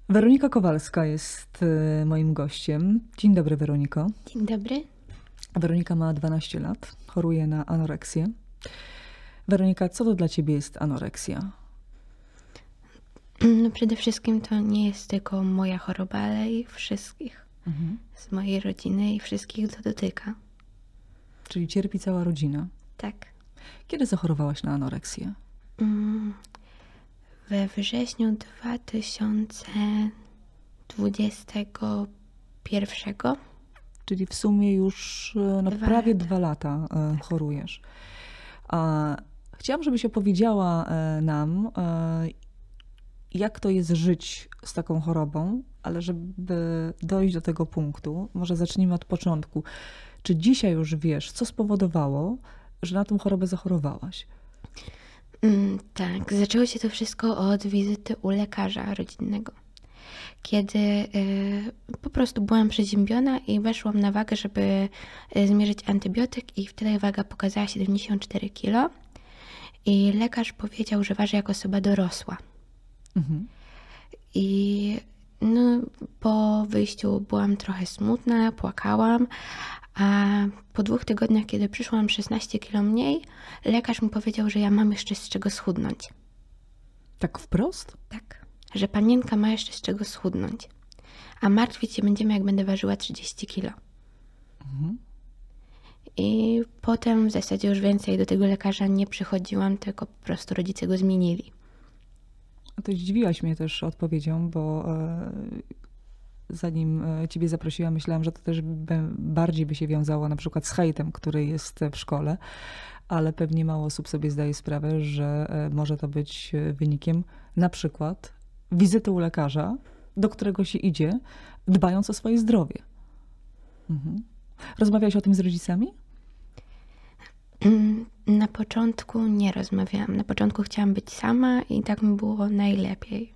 Weronika Kowalska jest moim gościem. Dzień dobry, Weroniko. Dzień dobry. Weronika ma 12 lat, choruje na anoreksję. Weronika, co to dla ciebie jest anoreksja? No przede wszystkim to nie jest tylko moja choroba, ale i wszystkich z mojej rodziny i wszystkich, co dotyka. Czyli cierpi cała rodzina. Tak. Kiedy zachorowałaś na anoreksję? We wrześniu 2021. Czyli w sumie już prawie 2 lata chorujesz. Chciałam, żebyś opowiedziała nam, jak to jest żyć z taką chorobą, ale żeby dojść do tego punktu, może zacznijmy od początku. Czy dzisiaj już wiesz, co spowodowało, że na tą chorobę zachorowałaś? Tak, zaczęło się to wszystko od wizyty u lekarza rodzinnego. Kiedy po prostu byłam przeziębiona i weszłam na wagę, żeby zmierzyć antybiotyk i wtedy waga pokazała 74 kg i lekarz powiedział, że waży jak osoba dorosła. I po wyjściu byłam trochę smutna, płakałam, a po 2 tygodniach, kiedy przyszłam 16 kg mniej, lekarz mi powiedział, że ja mam jeszcze z czego schudnąć. Tak wprost? Tak, że panienka ma jeszcze z czego schudnąć, a martwić się będziemy, jak będę ważyła 30 kg. I potem w zasadzie już więcej do tego lekarza nie przychodziłam, tylko po prostu rodzice go zmienili. To zdziwiłaś mnie też odpowiedzią, bo zanim ciebie zaprosiłam, myślałam, że to też bardziej by się wiązało na przykład z hejtem, który jest w szkole, ale pewnie mało osób sobie zdaje sprawę, że może to być wynikiem na przykład wizyty u lekarza, do którego się idzie, dbając o swoje zdrowie. Rozmawiałaś o tym z rodzicami? Na początku nie rozmawiałam. Na początku chciałam być sama i tak mi było najlepiej.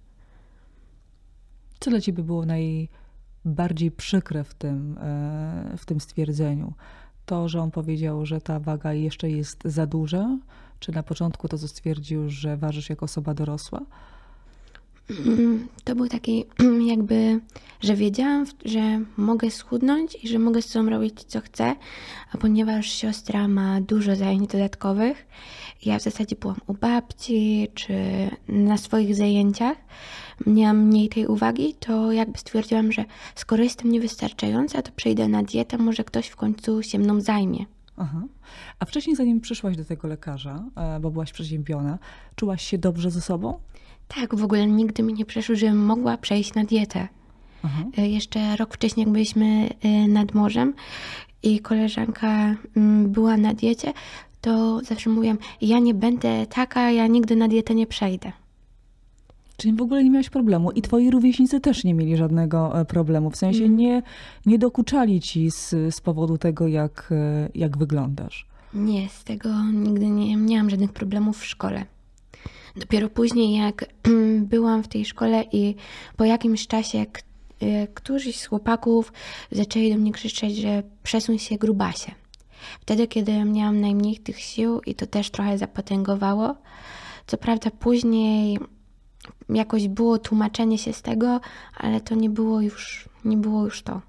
Co dla ciebie było najbardziej przykre w tym stwierdzeniu? To, że on powiedział, że ta waga jeszcze jest za duża? Czy na początku to, co stwierdził, że ważysz jako osoba dorosła? To był taki jakby, że wiedziałam, że mogę schudnąć i że mogę z sobą robić co chcę, a ponieważ siostra ma dużo zajęć dodatkowych, ja w zasadzie byłam u babci czy na swoich zajęciach, miałam mniej tej uwagi, to jakby stwierdziłam, że skoro jestem niewystarczająca, to przejdę na dietę, może ktoś w końcu się mną zajmie. Aha. A wcześniej, zanim przyszłaś do tego lekarza, bo byłaś przeziębiona, czułaś się dobrze ze sobą? Tak, w ogóle nigdy mi nie przeszło, żebym mogła przejść na dietę. Jeszcze rok wcześniej, jak byliśmy nad morzem i koleżanka była na diecie, to zawsze mówiłam, ja nie będę taka, ja nigdy na dietę nie przejdę. Czyli w ogóle nie miałaś problemu i twoi rówieśnicy też nie mieli żadnego problemu, w sensie nie dokuczali ci z powodu tego, jak wyglądasz? Nie, z tego nigdy nie miałam żadnych problemów w szkole. Dopiero później, jak byłam w tej szkole i po jakimś czasie któryś z chłopaków zaczęli do mnie krzyczeć, że przesuń się, grubasie. Wtedy, kiedy miałam najmniej tych sił i to też trochę zapotęgowało. Co prawda później jakoś było tłumaczenie się z tego, ale to nie było już to.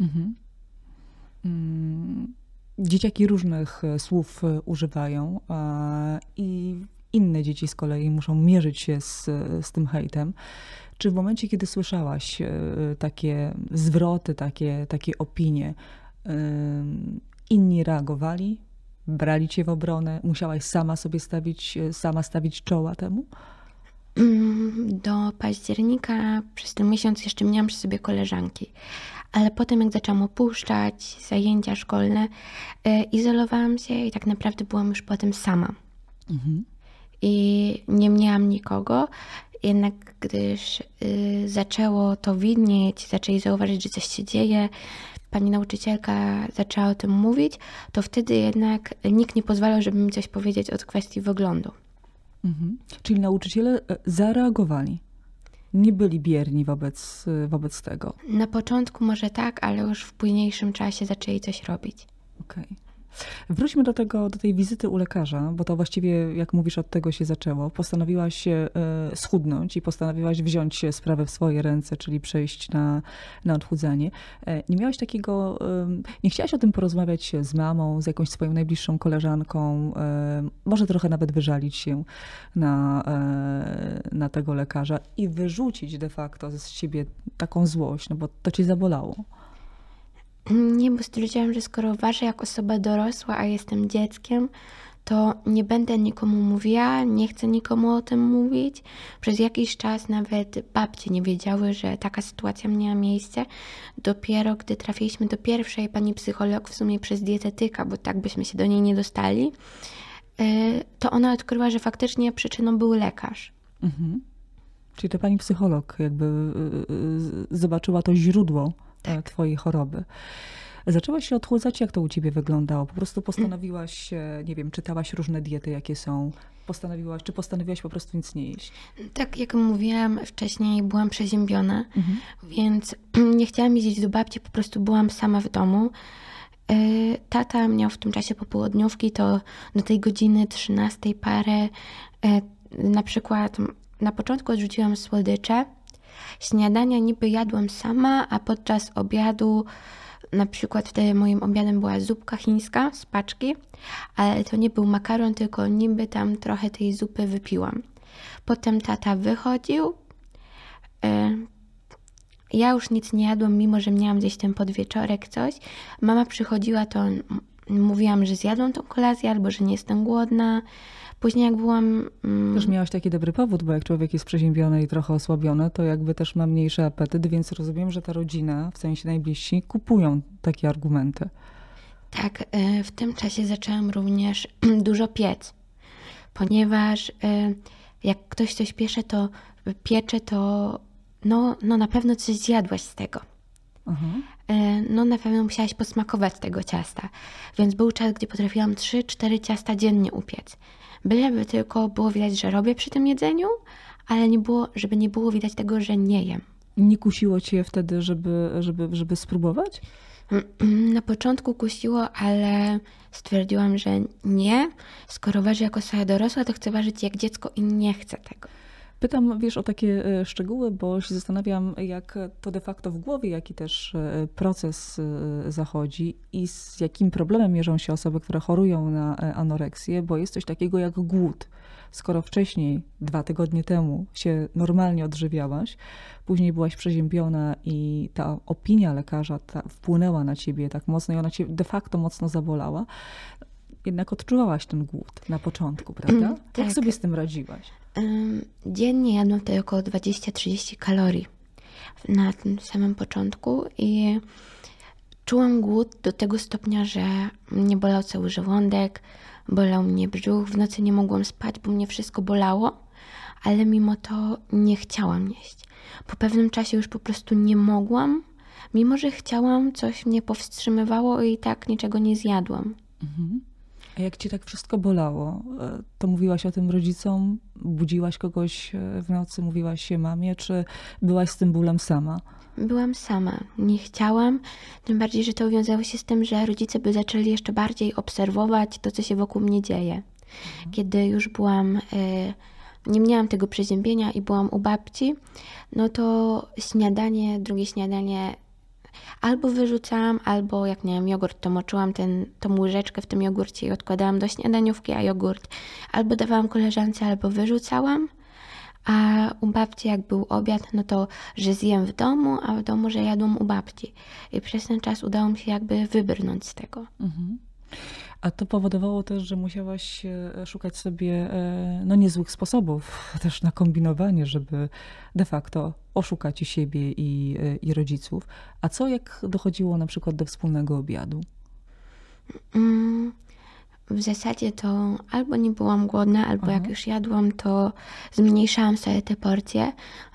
Dzieciaki różnych słów używają i inne dzieci z kolei muszą mierzyć się z tym hejtem. Czy w momencie, kiedy słyszałaś takie zwroty, takie opinie, inni reagowali? Brali cię w obronę? Musiałaś sama stawić czoła temu? Do października przez ten miesiąc jeszcze miałam przy sobie koleżanki. Ale potem, jak zaczęłam opuszczać zajęcia szkolne, izolowałam się i tak naprawdę byłam już potem sama. I nie miałam nikogo, jednak gdyż zaczęło to widnieć, zaczęli zauważyć, że coś się dzieje, pani nauczycielka zaczęła o tym mówić, to wtedy jednak nikt nie pozwalał, żeby mi coś powiedzieć od kwestii wyglądu. Czyli nauczyciele zareagowali? Nie byli bierni wobec tego? Na początku może tak, ale już w późniejszym czasie zaczęli coś robić. Okej. Wróćmy do tej wizyty u lekarza, bo to właściwie, jak mówisz, od tego się zaczęło. Postanowiłaś schudnąć i postanowiłaś wziąć sprawę w swoje ręce, czyli przejść na odchudzanie. Nie miałaś takiego, nie chciałaś o tym porozmawiać z mamą, z jakąś swoją najbliższą koleżanką, może trochę nawet wyżalić się na tego lekarza i wyrzucić de facto z siebie taką złość, no bo to cię zabolało. Nie, bo stwierdziłam, że skoro ważę jak osoba dorosła, a jestem dzieckiem, to nie będę nikomu mówiła, nie chcę nikomu o tym mówić. Przez jakiś czas nawet babcie nie wiedziały, że taka sytuacja miała miejsce. Dopiero gdy trafiliśmy do pierwszej pani psycholog, w sumie przez dietetyka, bo tak byśmy się do niej nie dostali, to ona odkryła, że faktycznie przyczyną był lekarz. Mhm. Czyli to pani psycholog jakby zobaczyła to źródło twojej choroby. Zaczęłaś się odchudzać, jak to u ciebie wyglądało? Po prostu postanowiłaś, nie wiem, czytałaś różne diety, jakie są, czy postanowiłaś po prostu nic nie jeść? Tak jak mówiłam wcześniej, byłam przeziębiona, więc nie chciałam jeździć do babci, po prostu byłam sama w domu. Tata miał w tym czasie popołudniówki, to do tej godziny 13 parę. Na przykład na początku odrzuciłam słodycze. Śniadania niby jadłam sama, a podczas obiadu, na przykład wtedy moim obiadem była zupka chińska z paczki, ale to nie był makaron, tylko niby tam trochę tej zupy wypiłam. Potem tata wychodził. Ja już nic nie jadłam, mimo że miałam gdzieś ten podwieczorek coś. Mama przychodziła, to mówiłam, że zjadłam tą kolację albo że nie jestem głodna. Później jak byłam... Też miałaś taki dobry powód, bo jak człowiek jest przeziębiony i trochę osłabiony, to jakby też ma mniejszy apetyt, więc rozumiem, że ta rodzina, w sensie najbliżsi, kupują takie argumenty. Tak, w tym czasie zaczęłam również dużo piec, ponieważ jak ktoś coś piecze, to na pewno coś zjadłaś z tego. Aha. No na pewno musiałaś posmakować tego ciasta. Więc był czas, gdzie potrafiłam 3-4 ciasta dziennie upiec. Byleby tylko było widać, że robię przy tym jedzeniu, ale żeby nie było widać tego, że nie jem. Nie kusiło cię wtedy, żeby spróbować? Na początku kusiło, ale stwierdziłam, że nie. Skoro waży jako osoba dorosła, to chcę ważyć jak dziecko i nie chcę tego. Pytam, wiesz, o takie szczegóły, bo się zastanawiam, jak to de facto w głowie, jaki też proces zachodzi i z jakim problemem mierzą się osoby, które chorują na anoreksję, bo jest coś takiego jak głód. Skoro wcześniej, 2 tygodnie temu się normalnie odżywiałaś, później byłaś przeziębiona i ta opinia lekarza wpłynęła na ciebie tak mocno i ona cię de facto mocno zabolała, jednak odczuwałaś ten głód na początku, prawda? Tak. Jak sobie z tym radziłaś? Dziennie jadłam wtedy około 20-30 kalorii na tym samym początku i czułam głód do tego stopnia, że mnie bolał cały żołądek, bolał mnie brzuch, w nocy nie mogłam spać, bo mnie wszystko bolało, ale mimo to nie chciałam jeść. Po pewnym czasie już po prostu nie mogłam, mimo że chciałam, coś mnie powstrzymywało i tak niczego nie zjadłam. Mhm. A jak cię tak wszystko bolało, to mówiłaś o tym rodzicom? Budziłaś kogoś w nocy, mówiłaś się mamie, czy byłaś z tym bólem sama? Byłam sama, nie chciałam, tym bardziej, że to wiązało się z tym, że rodzice by zaczęli jeszcze bardziej obserwować to, co się wokół mnie dzieje. Kiedy już nie miałam tego przeziębienia i byłam u babci, no to drugie śniadanie albo wyrzucałam, albo jak miałam jogurt, to moczyłam tą łyżeczkę w tym jogurcie i odkładałam do śniadaniówki, a jogurt albo dawałam koleżance, albo wyrzucałam. A u babci jak był obiad, no to że zjem w domu, a w domu, że jadłam u babci. I przez ten czas udało mi się jakby wybrnąć z tego. Mhm. A to powodowało też, że musiałaś szukać sobie niezłych sposobów też na kombinowanie, żeby de facto oszukać i siebie i rodziców. A co jak dochodziło na przykład do wspólnego obiadu? W zasadzie to albo nie byłam głodna, albo jak już jadłam, to zmniejszałam sobie te porcje.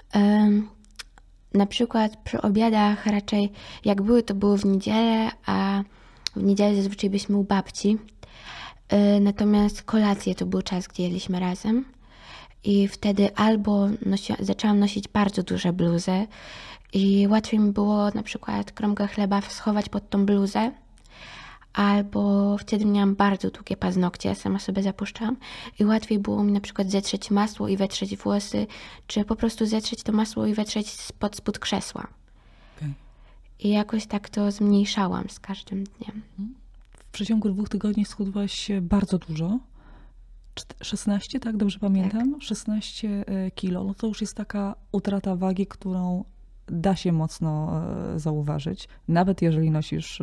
Na przykład przy obiadach raczej jak były, to były w niedzielę, a w niedzielę zazwyczaj byliśmy u babci. Natomiast kolacje to był czas, gdzie jedliśmy razem. I wtedy albo zaczęłam nosić bardzo duże bluzy i łatwiej mi było na przykład kromkę chleba schować pod tą bluzę, albo wtedy miałam bardzo długie paznokcie, sama sobie zapuszczałam i łatwiej było mi na przykład zetrzeć masło i wetrzeć włosy, czy po prostu zetrzeć to masło i wetrzeć spod krzesła. Okay. I jakoś tak to zmniejszałam z każdym dniem. W przeciągu 2 tygodni schudłaś bardzo dużo. 16, tak? Dobrze pamiętam? Tak. 16 kilo. No to już jest taka utrata wagi, którą da się mocno zauważyć. Nawet jeżeli nosisz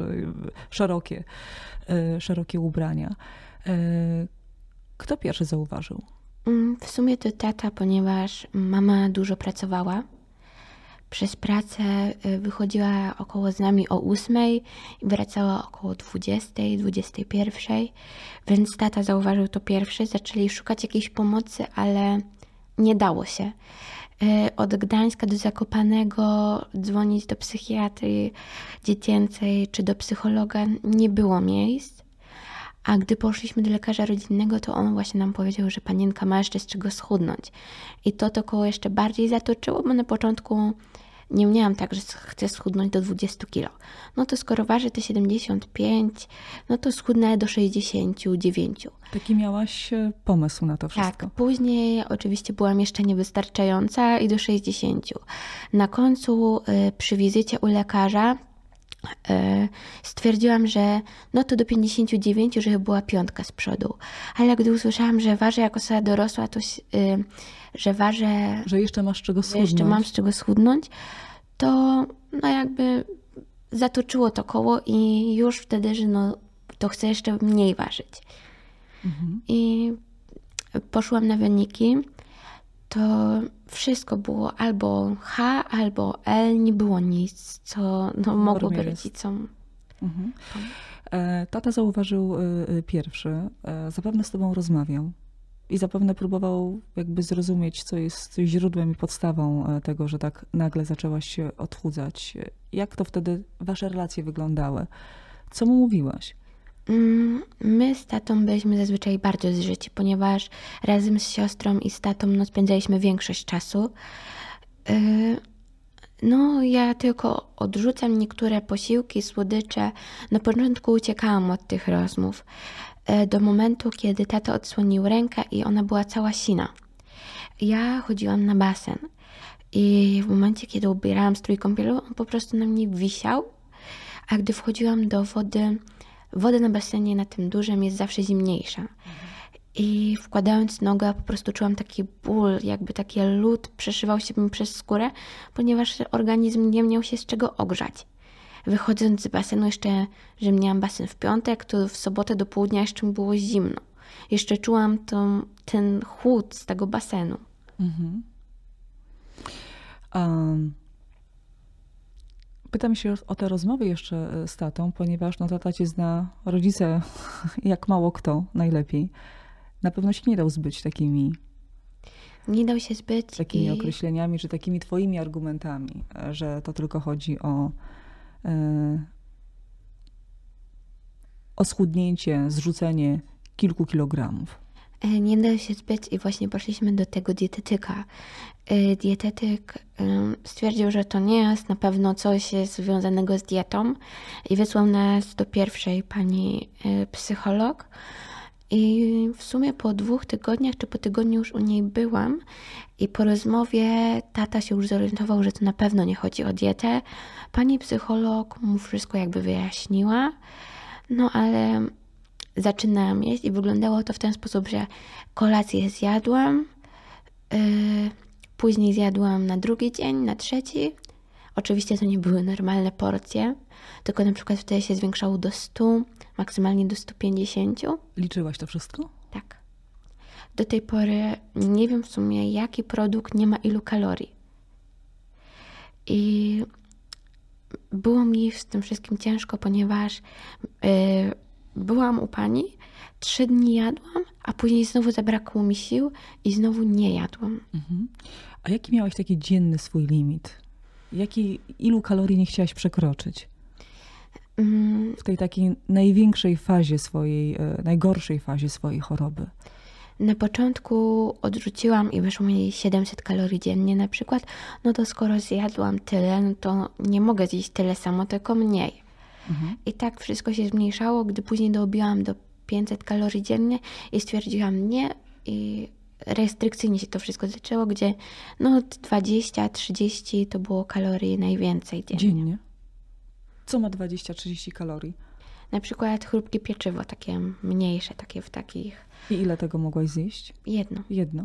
szerokie ubrania. Kto pierwszy zauważył? W sumie to tata, ponieważ mama dużo pracowała. Przez pracę wychodziła około z nami o 8 i wracała około 20, 21, więc tata zauważył to pierwszy. Zaczęli szukać jakiejś pomocy, ale nie dało się. Od Gdańska do Zakopanego dzwonić do psychiatry dziecięcej czy do psychologa nie było miejsc. A gdy poszliśmy do lekarza rodzinnego, to on właśnie nam powiedział, że panienka ma jeszcze z czego schudnąć. I to koło jeszcze bardziej zatoczyło, bo na początku nie miałam tak, że chcę schudnąć do 20 kilo. No to skoro waży te 75, no to schudnę do 69. Taki miałaś pomysł na to wszystko? Tak, później oczywiście byłam jeszcze niewystarczająca i do 60. Na końcu przy wizycie u lekarza stwierdziłam, że no to do 59, żeby była 5 z przodu. Ale gdy usłyszałam, że ważę jako osoba dorosła, to że ważę... Że jeszcze masz czego schudnąć. Jeszcze mam z czego schudnąć, to no jakby zatoczyło to koło i już wtedy, że no to chcę jeszcze mniej ważyć. Mhm. I poszłam na wyniki, to wszystko było albo H, albo L, nie było nic, co no, mogłoby rodzicom. Mhm. Tata zauważył pierwszy, zapewne z tobą rozmawiał i zapewne próbował jakby zrozumieć, co jest źródłem i podstawą tego, że tak nagle zaczęłaś się odchudzać. Jak to wtedy wasze relacje wyglądały? Co mu mówiłaś? My z tatą byliśmy zazwyczaj bardzo zżyci, ponieważ razem z siostrą i z tatą no, spędzaliśmy większość czasu. No, ja tylko odrzucam niektóre posiłki, słodycze. Na początku uciekałam od tych rozmów. Do momentu, kiedy tata odsłonił rękę i ona była cała sina. Ja chodziłam na basen i w momencie, kiedy ubierałam strój kąpielowy, on po prostu na mnie wisiał, a gdy wchodziłam do wody, woda na basenie na tym dużym jest zawsze zimniejsza. I wkładając nogę po prostu czułam taki ból, jakby taki lód przeszywał się mi przez skórę, ponieważ organizm nie miał się z czego ogrzać. Wychodząc z basenu jeszcze, że miałam basen w piątek, to w sobotę do południa jeszcze mi było zimno. Jeszcze czułam ten chłód z tego basenu. Mhm. Pytam się o te rozmowy jeszcze z tatą, ponieważ no, tata cię zna, rodzice jak mało kto, najlepiej. Na pewno się nie dał zbyć takimi... Nie dał się zbyć. Takimi określeniami, czy takimi twoimi argumentami, że to tylko chodzi o schudnięcie, zrzucenie kilku kilogramów. Nie dał się zbyć i właśnie poszliśmy do tego dietetyka. Dietetyk stwierdził, że to nie jest na pewno coś związanego z dietą i wysłał nas do pierwszej pani psycholog. I w sumie po 2 tygodniach, czy po tygodniu już u niej byłam i po rozmowie tata się już zorientował, że to na pewno nie chodzi o dietę. Pani psycholog mu wszystko jakby wyjaśniła, no ale zaczynałam jeść i wyglądało to w ten sposób, że kolację zjadłam, później zjadłam na drugi dzień, na trzeci. Oczywiście to nie były normalne porcje, tylko na przykład wtedy się zwiększało do 100, maksymalnie do 150. Liczyłaś to wszystko? Tak. Do tej pory nie wiem w sumie, jaki produkt nie ma ilu kalorii. I było mi z tym wszystkim ciężko, ponieważ byłam u pani, 3 dni jadłam, a później znowu zabrakło mi sił i znowu nie jadłam. Mhm. A jaki miałaś taki dzienny swój limit? Ilu kalorii nie chciałaś przekroczyć? W tej takiej największej fazie najgorszej fazie swojej choroby. Na początku odrzuciłam i wyszło mi 700 kalorii dziennie na przykład. No to skoro zjadłam tyle, no to nie mogę zjeść tyle samo, tylko mniej. I tak wszystko się zmniejszało, gdy później dobiłam do 500 kalorii dziennie i stwierdziłam nie i restrykcyjnie się to wszystko zaczęło, gdzie 20-30 to było kalorii najwięcej dziennie. Dziennie? Co ma 20-30 kalorii? Na przykład chrupkie pieczywo, takie mniejsze, takie w takich... I ile tego mogłaś zjeść? Jedno.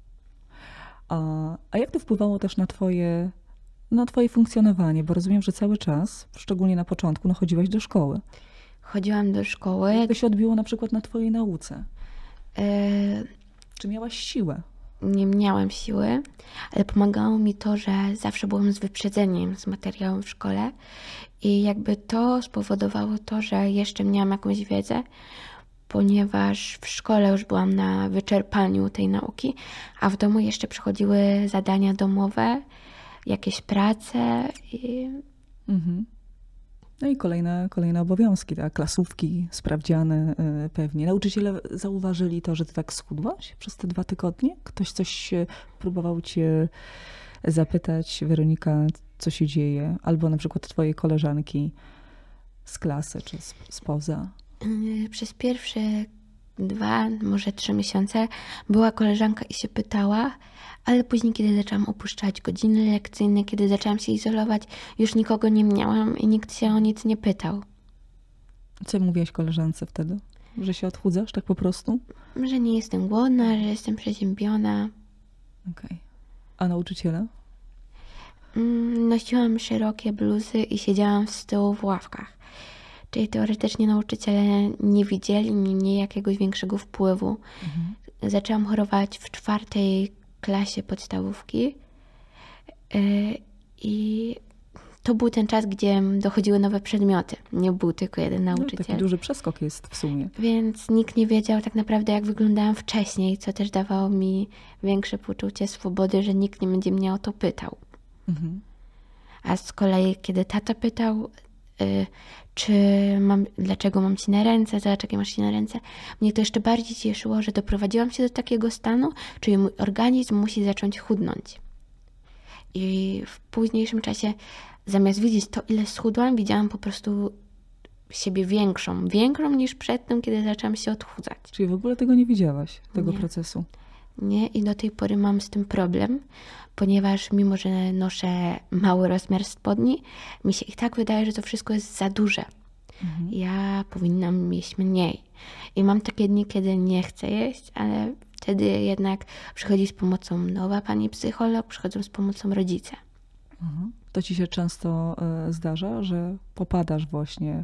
A jak to wpływało też na twoje funkcjonowanie? Bo rozumiem, że cały czas, szczególnie na początku, chodziłaś do szkoły. Chodziłam do szkoły. Jak to się odbiło na przykład na twojej nauce? e, Czy miałaś siłę? Nie miałam siły, ale pomagało mi to, że zawsze byłam z wyprzedzeniem z materiałem w szkole i jakby to spowodowało to, że jeszcze miałam jakąś wiedzę, ponieważ w szkole już byłam na wyczerpaniu tej nauki, a w domu jeszcze przychodziły zadania domowe, jakieś prace i No i kolejne obowiązki, tak? Klasówki, sprawdziany pewnie. Nauczyciele zauważyli to, że ty tak schudłaś przez te 2 tygodnie? Ktoś coś próbował cię zapytać, Weronika, co się dzieje? Albo na przykład twoje koleżanki z klasy czy spoza? Przez pierwsze 2, może 3 miesiące była koleżanka i się pytała, ale później, kiedy zaczęłam opuszczać godziny lekcyjne, kiedy zaczęłam się izolować, już nikogo nie miałam i nikt się o nic nie pytał. Co mówiłaś koleżance wtedy? Że się odchudzasz tak po prostu? Że nie jestem głodna, że jestem przeziębiona. Okej. A nauczyciele? Nosiłam szerokie bluzy i siedziałam z tyłu w ławkach. Czyli teoretycznie nauczyciele nie widzieli, nie mieli jakiegoś większego wpływu. Zaczęłam chorować w 4. klasie podstawówki i to był ten czas, gdzie dochodziły nowe przedmioty. Nie był tylko jeden nauczyciel. Taki duży przeskok jest w sumie. Więc nikt nie wiedział tak naprawdę, jak wyglądałam wcześniej, co też dawało mi większe poczucie swobody, że nikt nie będzie mnie o to pytał. A z kolei, kiedy tata pytał, dlaczego mam ci na ręce, dlaczego masz ci na ręce, mnie to jeszcze bardziej cieszyło, że doprowadziłam się do takiego stanu, czyli mój organizm musi zacząć chudnąć. I w późniejszym czasie, zamiast widzieć to, ile schudłam, widziałam po prostu siebie większą niż przed tym, kiedy zaczęłam się odchudzać. Czyli w ogóle tego nie widziałaś, tego Nie. procesu? Nie, i do tej pory mam z tym problem, ponieważ mimo, że noszę mały rozmiar spodni, mi się i tak wydaje, że to wszystko jest za duże. Ja powinnam jeść mniej. I mam takie dni, kiedy nie chcę jeść, ale wtedy jednak przychodzi z pomocą nowa pani psycholog, przychodzą z pomocą rodzice. To ci się często zdarza, że popadasz właśnie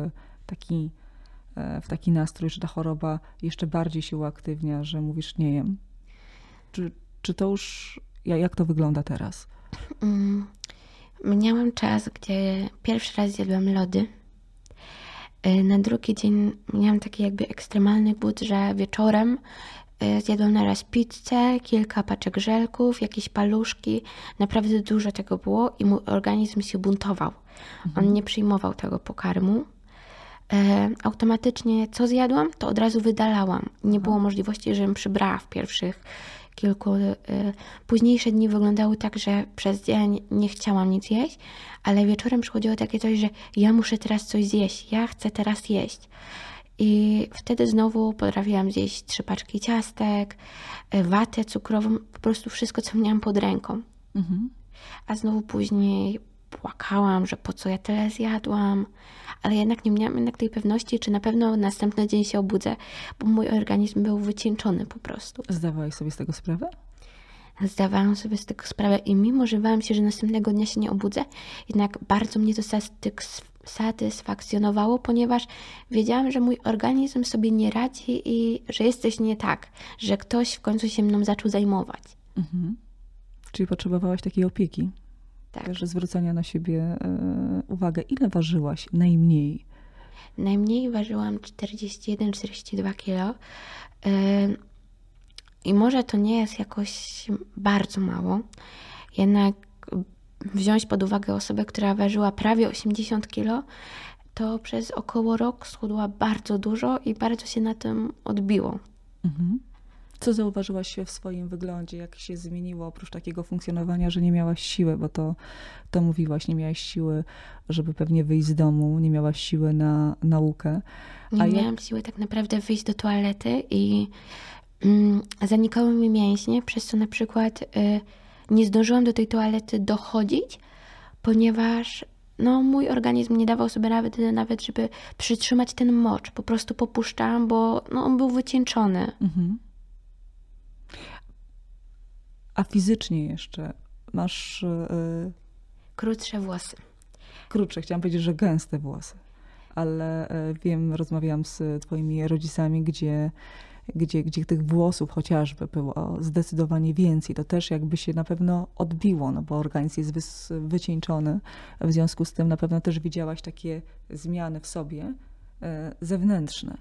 w taki nastrój, że ta choroba jeszcze bardziej się uaktywnia, że mówisz nie jem? Czy to już... Jak to wygląda teraz? Miałam czas, gdzie pierwszy raz zjadłam lody. Na drugi dzień miałam taki jakby ekstremalny głód, że wieczorem zjadłam naraz pizzę, kilka paczek żelków, jakieś paluszki. Naprawdę dużo tego było i mój organizm się buntował. On nie przyjmował tego pokarmu. Automatycznie co zjadłam, to od razu wydalałam. Nie było możliwości, żebym przybrała w pierwszych kilku. Późniejsze dni wyglądały tak, że przez dzień nie chciałam nic jeść, ale wieczorem przychodziło takie coś, że ja muszę teraz coś zjeść, ja chcę teraz jeść. I wtedy znowu potrafiłam zjeść 3 paczki ciastek, watę cukrową, po prostu wszystko, co miałam pod ręką. A znowu później płakałam, że po co ja tyle zjadłam, ale jednak nie miałam tej pewności, czy na pewno następny dzień się obudzę, bo mój organizm był wycieńczony po prostu. Zdawałaś sobie z tego sprawę? Zdawałam sobie z tego sprawę i mimo, że bałam się, że następnego dnia się nie obudzę, jednak bardzo mnie to satysfakcjonowało, ponieważ wiedziałam, że mój organizm sobie nie radzi i że jest coś nie tak, że ktoś w końcu się mną zaczął zajmować. Czyli potrzebowałaś takiej opieki? Tak. Też zwrócenia na siebie uwagę. Ile ważyłaś najmniej? Najmniej ważyłam 41-42 kg. I może to nie jest jakoś bardzo mało, jednak wziąć pod uwagę osobę, która ważyła prawie 80 kg, to przez około rok schudła bardzo dużo i bardzo się na tym odbiło. Co zauważyłaś w swoim wyglądzie? Jak się zmieniło oprócz takiego funkcjonowania, że nie miałaś siły, bo to mówiłaś, nie miałaś siły, żeby pewnie wyjść z domu, nie miałaś siły na naukę. Nie miałam siły tak naprawdę wyjść do toalety i zanikały mi mięśnie, przez co na przykład nie zdążyłam do tej toalety dochodzić, ponieważ mój organizm nie dawał sobie nawet, żeby przytrzymać ten mocz. Po prostu popuszczałam, bo on był wycieńczony. Mhm. A fizycznie jeszcze masz Krótsze włosy. krótsze, chciałam powiedzieć, że gęste włosy, ale wiem, rozmawiałam z twoimi rodzicami, gdzie tych włosów chociażby było zdecydowanie więcej. To też jakby się na pewno odbiło, no bo organizm jest wycieńczony. W związku z tym na pewno też widziałaś takie zmiany w sobie zewnętrzne.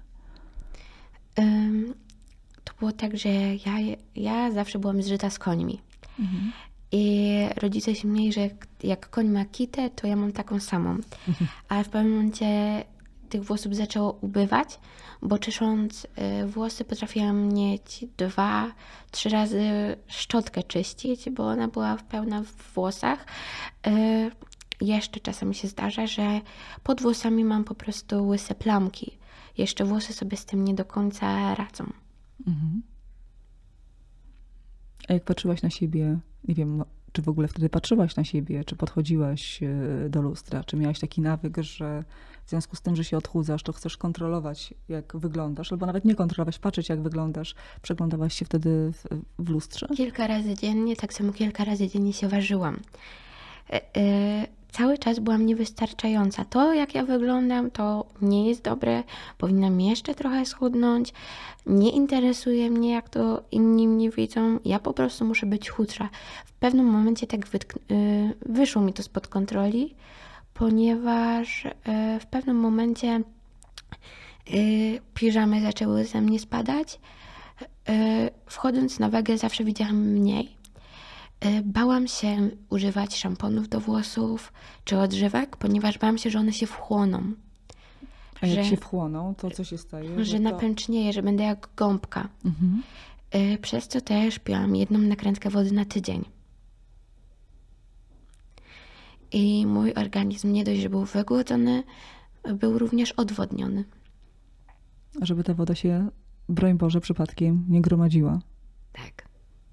To było tak, że ja zawsze byłam zżyta z końmi. I rodzice się mieli, że jak koń ma kitę, to ja mam taką samą. Ale w pewnym momencie tych włosów zaczęło ubywać, bo czesząc włosy potrafiłam mieć 2-3 razy szczotkę czyścić, bo ona była pełna w włosach. Jeszcze czasami się zdarza, że pod włosami mam po prostu łyse plamki. Jeszcze włosy sobie z tym nie do końca radzą. A jak patrzyłaś na siebie, nie wiem, czy w ogóle wtedy patrzyłaś na siebie, czy podchodziłaś do lustra, czy miałaś taki nawyk, że w związku z tym, że się odchudzasz, to chcesz kontrolować, jak wyglądasz, albo nawet nie kontrolować, patrzeć, jak wyglądasz. Przeglądałaś się wtedy w lustrze? Kilka razy dziennie, tak samo kilka razy dziennie się ważyłam. Cały czas byłam niewystarczająca. To, jak ja wyglądam, to nie jest dobre. Powinnam jeszcze trochę schudnąć. Nie interesuje mnie, jak to inni mnie widzą. Ja po prostu muszę być chudsza. W pewnym momencie tak wyszło mi to spod kontroli, ponieważ w pewnym momencie piżamy zaczęły ze mnie spadać. Wchodząc na wagę zawsze widziałam mniej. Bałam się używać szamponów do włosów czy odżywek, ponieważ bałam się, że one się wchłoną. A jak się wchłoną, to co się staje? Że napęcznieję, że będę jak gąbka. Przez co też piłam 1 nakrętkę wody na tydzień. I mój organizm nie dość, że był wygłodzony, był również odwodniony. Żeby ta woda się, broń Boże, przypadkiem nie gromadziła. Tak.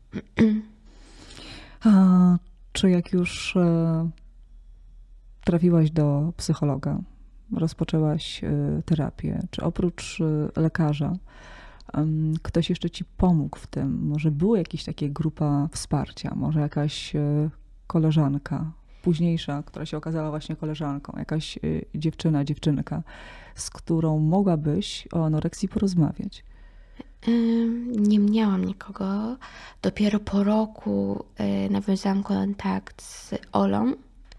A czy jak już trafiłaś do psychologa, rozpoczęłaś terapię, czy oprócz lekarza ktoś jeszcze ci pomógł w tym? Może była jakaś taka grupa wsparcia, może jakaś koleżanka, późniejsza, która się okazała właśnie koleżanką, jakaś dziewczynka, z którą mogłabyś o anoreksji porozmawiać? Nie miałam nikogo. Dopiero po roku nawiązałam kontakt z Olą.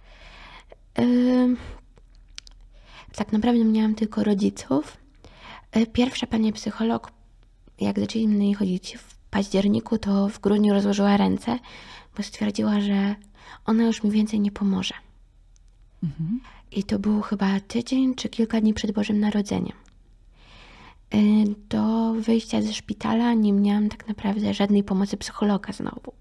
Tak naprawdę miałam tylko rodziców. Pierwsza pani psycholog, jak zaczęli mnie chodzić w październiku, to w grudniu rozłożyła ręce, bo stwierdziła, że ona już mi więcej nie pomoże. I to był chyba tydzień czy kilka dni przed Bożym Narodzeniem. Do wyjścia ze szpitala nie miałam tak naprawdę żadnej pomocy psychologa znowu.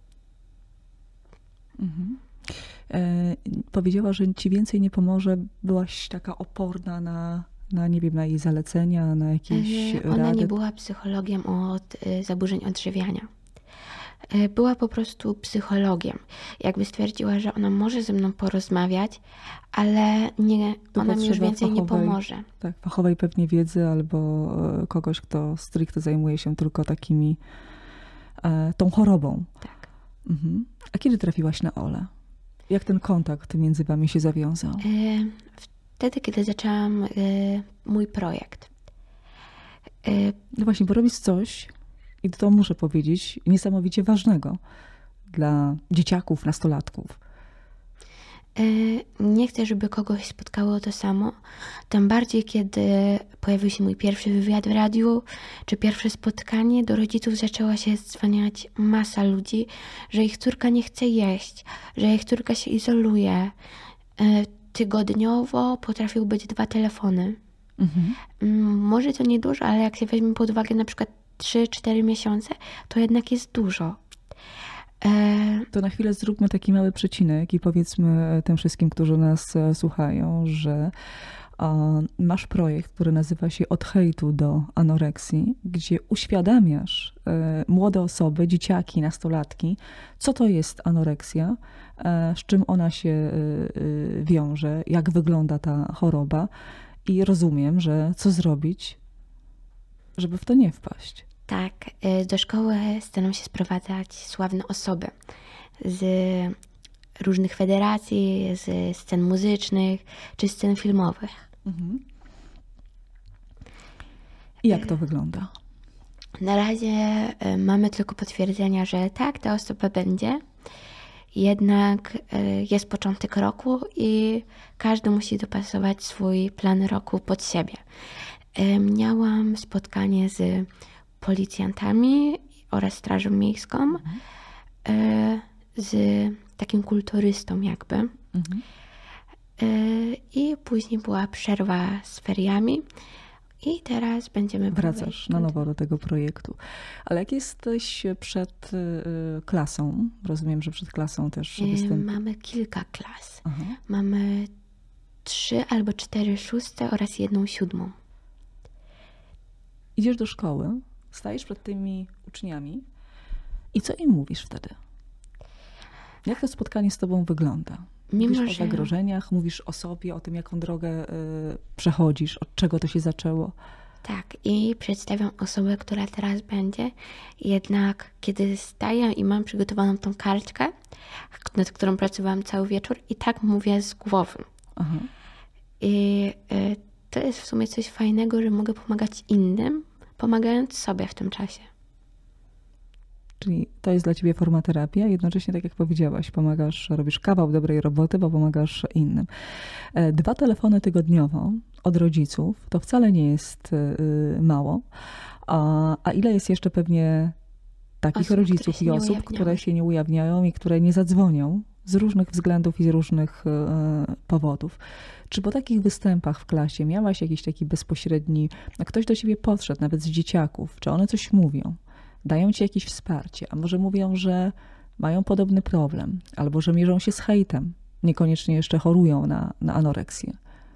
Powiedziała, że ci więcej nie pomoże. Byłaś taka oporna na nie wiem, na jej zalecenia, na jakieś Ona rady? nie była psychologiem od zaburzeń odżywiania. Była po prostu psychologiem. Jakby stwierdziła, że ona może ze mną porozmawiać, ale ona mi już więcej nie pomoże. Tak, fachowej pewnie wiedzy albo kogoś, kto stricte zajmuje się tylko takimi, tą chorobą. Tak. A kiedy trafiłaś na Olę? Jak ten kontakt między wami się zawiązał? Wtedy, kiedy zaczęłam mój projekt. No właśnie, bo robisz coś, i to muszę powiedzieć, niesamowicie ważnego dla dzieciaków, nastolatków. Nie chcę, żeby kogoś spotkało to samo. Tym bardziej, kiedy pojawił się mój pierwszy wywiad w radiu, czy pierwsze spotkanie, do rodziców zaczęła się dzwoniać masa ludzi, że ich córka nie chce jeść, że ich córka się izoluje. Tygodniowo potrafiły być 2 telefony. Może to niedużo, ale jak się weźmie pod uwagę na przykład 3-4 miesiące, to jednak jest dużo. To na chwilę zróbmy taki mały przecinek i powiedzmy tym wszystkim, którzy nas słuchają, że masz projekt, który nazywa się Od hejtu do anoreksji, gdzie uświadamiasz młode osoby, dzieciaki, nastolatki, co to jest anoreksja, z czym ona się wiąże, jak wygląda ta choroba i rozumiem, że co zrobić, żeby w to nie wpaść. Tak, do szkoły staną się sprowadzać sławne osoby z różnych federacji, z scen muzycznych czy scen filmowych. Mhm. I jak to wygląda? Na razie mamy tylko potwierdzenia, że tak, ta osoba będzie. Jednak jest początek roku i każdy musi dopasować swój plan roku pod siebie. Miałam spotkanie z policjantami oraz strażą miejską, z takim kulturystą jakby. Mhm. I później była przerwa z feriami i teraz będziemy Wracasz na nowo do tego projektu. Ale jak jesteś przed klasą, rozumiem, że przed klasą też występujesz. Mamy kilka klas. Aha. Mamy 3 albo 4 szóste oraz 1 siódmą. Idziesz do szkoły, stajesz przed tymi uczniami i co im mówisz wtedy? Jak to spotkanie z tobą wygląda? Mówisz o zagrożeniach, mówisz o sobie, o tym, jaką drogę przechodzisz, od czego to się zaczęło. Tak, i przedstawiam osobę, która teraz będzie. Jednak kiedy staję i mam przygotowaną tą kartkę, nad którą pracowałam cały wieczór, i tak mówię z głowy. Aha. I to jest w sumie coś fajnego, że mogę pomagać innym, pomagając sobie w tym czasie. Czyli to jest dla ciebie forma terapii, a jednocześnie, tak jak powiedziałaś, pomagasz, robisz kawał dobrej roboty, bo pomagasz innym. 2 telefony tygodniowo od rodziców to wcale nie jest mało. A ile jest jeszcze pewnie takich Osób, rodziców i osób, które się nie ujawniają i które nie zadzwonią z różnych względów i z różnych powodów. Czy po takich występach w klasie miałaś jakiś taki bezpośredni, ktoś do ciebie podszedł, nawet z dzieciaków, czy one coś mówią? Dają ci jakieś wsparcie, a może mówią, że mają podobny problem, albo że mierzą się z hejtem, niekoniecznie jeszcze chorują na anoreksję?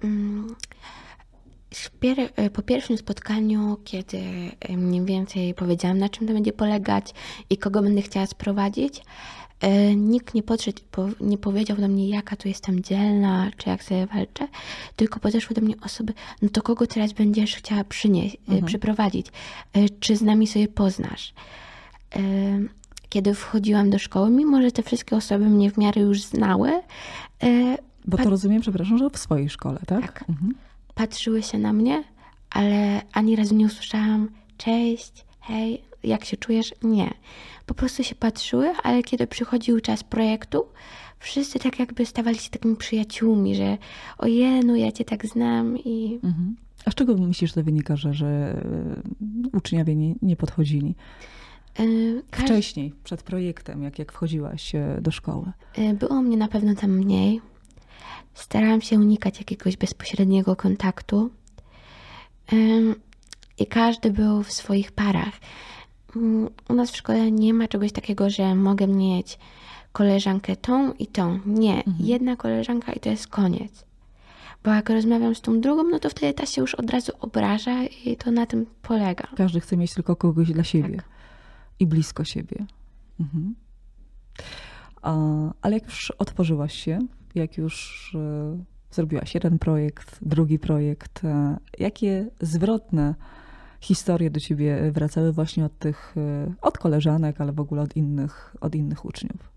Po pierwszym spotkaniu, kiedy mniej więcej powiedziałam, na czym to będzie polegać i kogo będę chciała sprowadzić, nikt nie podszedł, nie powiedział do mnie, jaka tu jestem dzielna, czy jak sobie walczę, tylko podeszły do mnie osoby, no to kogo teraz będziesz chciała przyprowadzić, czy z nami sobie poznasz. Kiedy wchodziłam do szkoły, mimo że te wszystkie osoby mnie w miarę już znały. Bo to rozumiem, przepraszam, że w swojej szkole, tak? Tak. Patrzyły się na mnie, ale ani razu nie usłyszałam cześć, hej, jak się czujesz? Nie. Po prostu się patrzyły, ale kiedy przychodził czas projektu, wszyscy tak jakby stawali się takimi przyjaciółmi, że ojej, ja cię tak znam i... A z czego myślisz, że to wynika, że uczniowie nie podchodzili? Wcześniej, przed projektem, jak wchodziłaś do szkoły? Było mnie na pewno tam mniej. Starałam się unikać jakiegoś bezpośredniego kontaktu. I każdy był w swoich parach. U nas w szkole nie ma czegoś takiego, że mogę mieć koleżankę tą i tą. Nie, jedna koleżanka i to jest koniec. Bo jak rozmawiam z tą drugą, no to wtedy ta się już od razu obraża i to na tym polega. Każdy chce mieć tylko kogoś dla siebie i blisko siebie. Ale jak już otworzyłaś się, jak już zrobiłaś jeden projekt, drugi projekt, jakie zwrotne historie do ciebie wracały właśnie od koleżanek, ale w ogóle od innych uczniów?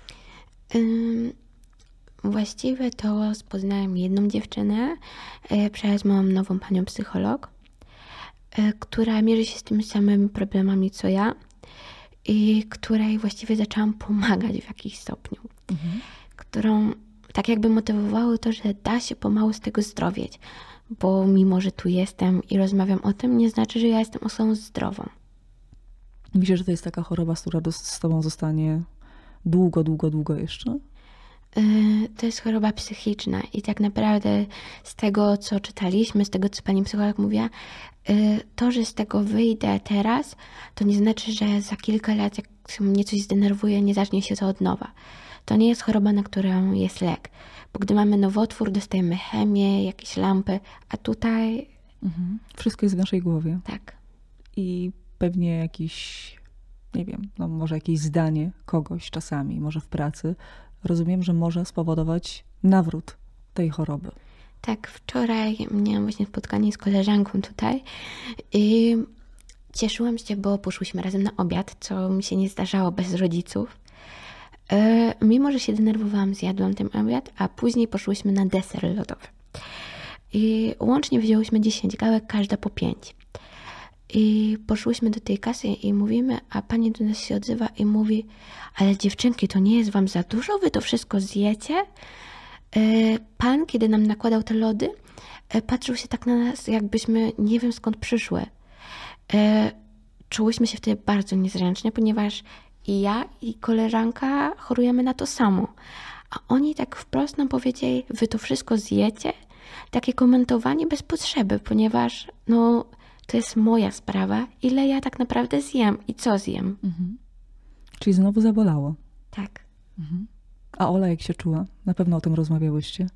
Właściwie to poznałam jedną dziewczynę przez moją nową panią psycholog, która mierzy się z tymi samymi problemami co ja i której właściwie zaczęłam pomagać w jakimś stopniu. Którą tak jakby motywowało to, że da się pomału z tego zdrowieć, bo mimo, że tu jestem i rozmawiam o tym, nie znaczy, że ja jestem osobą zdrową. Myślę, że to jest taka choroba, która z tobą zostanie długo, długo, długo jeszcze? To jest choroba psychiczna i tak naprawdę z tego, co czytaliśmy, z tego, co pani psycholog mówiła, to, że z tego wyjdę teraz, to nie znaczy, że za kilka lat, jak mnie coś zdenerwuje, nie zacznie się to od nowa. To nie jest choroba, na którą jest lek. Bo gdy mamy nowotwór, dostajemy chemię, jakieś lampy, a tutaj... Wszystko jest w naszej głowie. Tak. I pewnie jakiś, nie wiem, no może jakieś zdanie kogoś czasami, może w pracy, rozumiem, że może spowodować nawrót tej choroby. Tak, wczoraj miałam właśnie spotkanie z koleżanką tutaj i cieszyłam się, bo poszłyśmy razem na obiad, co mi się nie zdarzało bez rodziców. Mimo, że się denerwowałam, zjadłam ten obiad, a później poszłyśmy na deser lodowy. I łącznie wzięłyśmy 10 gałek, każda po 5. I poszłyśmy do tej kasy i mówimy, a pani do nas się odzywa i mówi: ale dziewczynki, to nie jest wam za dużo? Wy to wszystko zjecie? Pan, kiedy nam nakładał te lody, patrzył się tak na nas, jakbyśmy nie wiem skąd przyszły. Czułyśmy się wtedy bardzo niezręcznie, ponieważ i ja, i koleżanka chorujemy na to samo. A oni tak wprost nam powiedzieli: wy to wszystko zjecie? Takie komentowanie bez potrzeby, ponieważ no, to jest moja sprawa, ile ja tak naprawdę zjem i co zjem. Czyli znowu zabolało. Tak. A Ola jak się czuła? Na pewno o tym rozmawiałyście.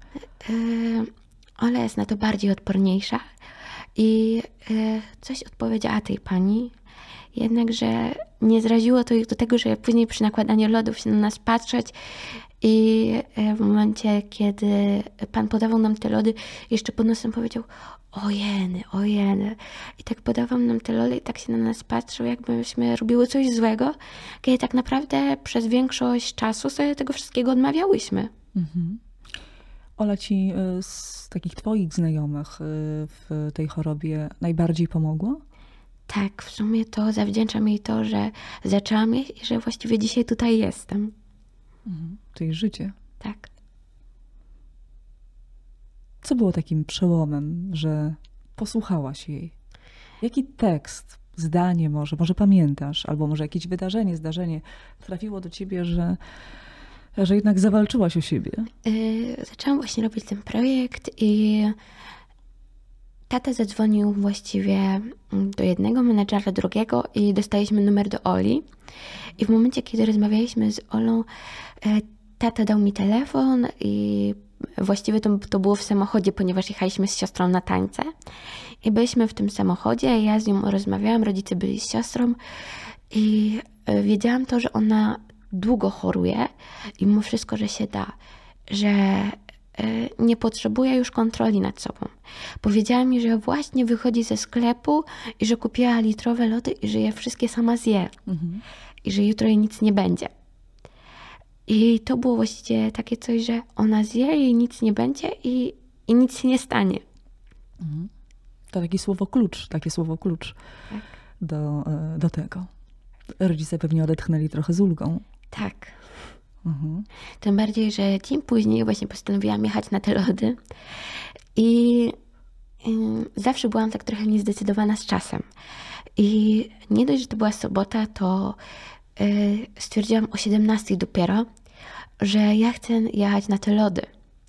Ola jest na to bardziej odporniejsza i coś odpowiedziała tej pani, jednakże nie zraziło to ich do tego, że później przy nakładaniu lodów się na nas patrzeć i w momencie, kiedy pan podawał nam te lody, jeszcze pod nosem powiedział: ojeny, ojeny. I tak podawał nam te lody i tak się na nas patrzył, jakbyśmy robiły coś złego, kiedy tak naprawdę przez większość czasu sobie tego wszystkiego odmawiałyśmy. Ola ci z takich twoich znajomych w tej chorobie najbardziej pomogła? Tak, w sumie to zawdzięczam jej to, że zaczęłam jeść i że właściwie dzisiaj tutaj jestem. Czyli życie. Tak. Co było takim przełomem, że posłuchałaś jej? Jaki tekst, zdanie może pamiętasz, albo może jakieś wydarzenie, zdarzenie trafiło do ciebie, że jednak zawalczyłaś o siebie? Zaczęłam właśnie robić ten projekt i tata zadzwonił właściwie do jednego menedżera, drugiego i dostaliśmy numer do Oli. I w momencie, kiedy rozmawialiśmy z Olą, tata dał mi telefon i właściwie to było w samochodzie, ponieważ jechaliśmy z siostrą na tańce. I byliśmy w tym samochodzie, ja z nią rozmawiałam, rodzice byli z siostrą i wiedziałam to, że ona długo choruje i mimo wszystko, że się da, że nie potrzebuje już kontroli nad sobą. Powiedziała mi, że właśnie wychodzi ze sklepu i że kupiła litrowe lody i że je wszystkie sama zje. I że jutro jej nic nie będzie. I to było właściwie takie coś, że ona zje, jej nic nie będzie i nic się nie stanie. To takie słowo klucz Tak. do tego. Rodzice pewnie odetchnęli trochę z ulgą. Tak. Tym bardziej, że dzień później właśnie postanowiłam jechać na te lody i zawsze byłam tak trochę niezdecydowana z czasem. I nie dość, że to była sobota, to stwierdziłam o 17 dopiero, że ja chcę jechać na te lody.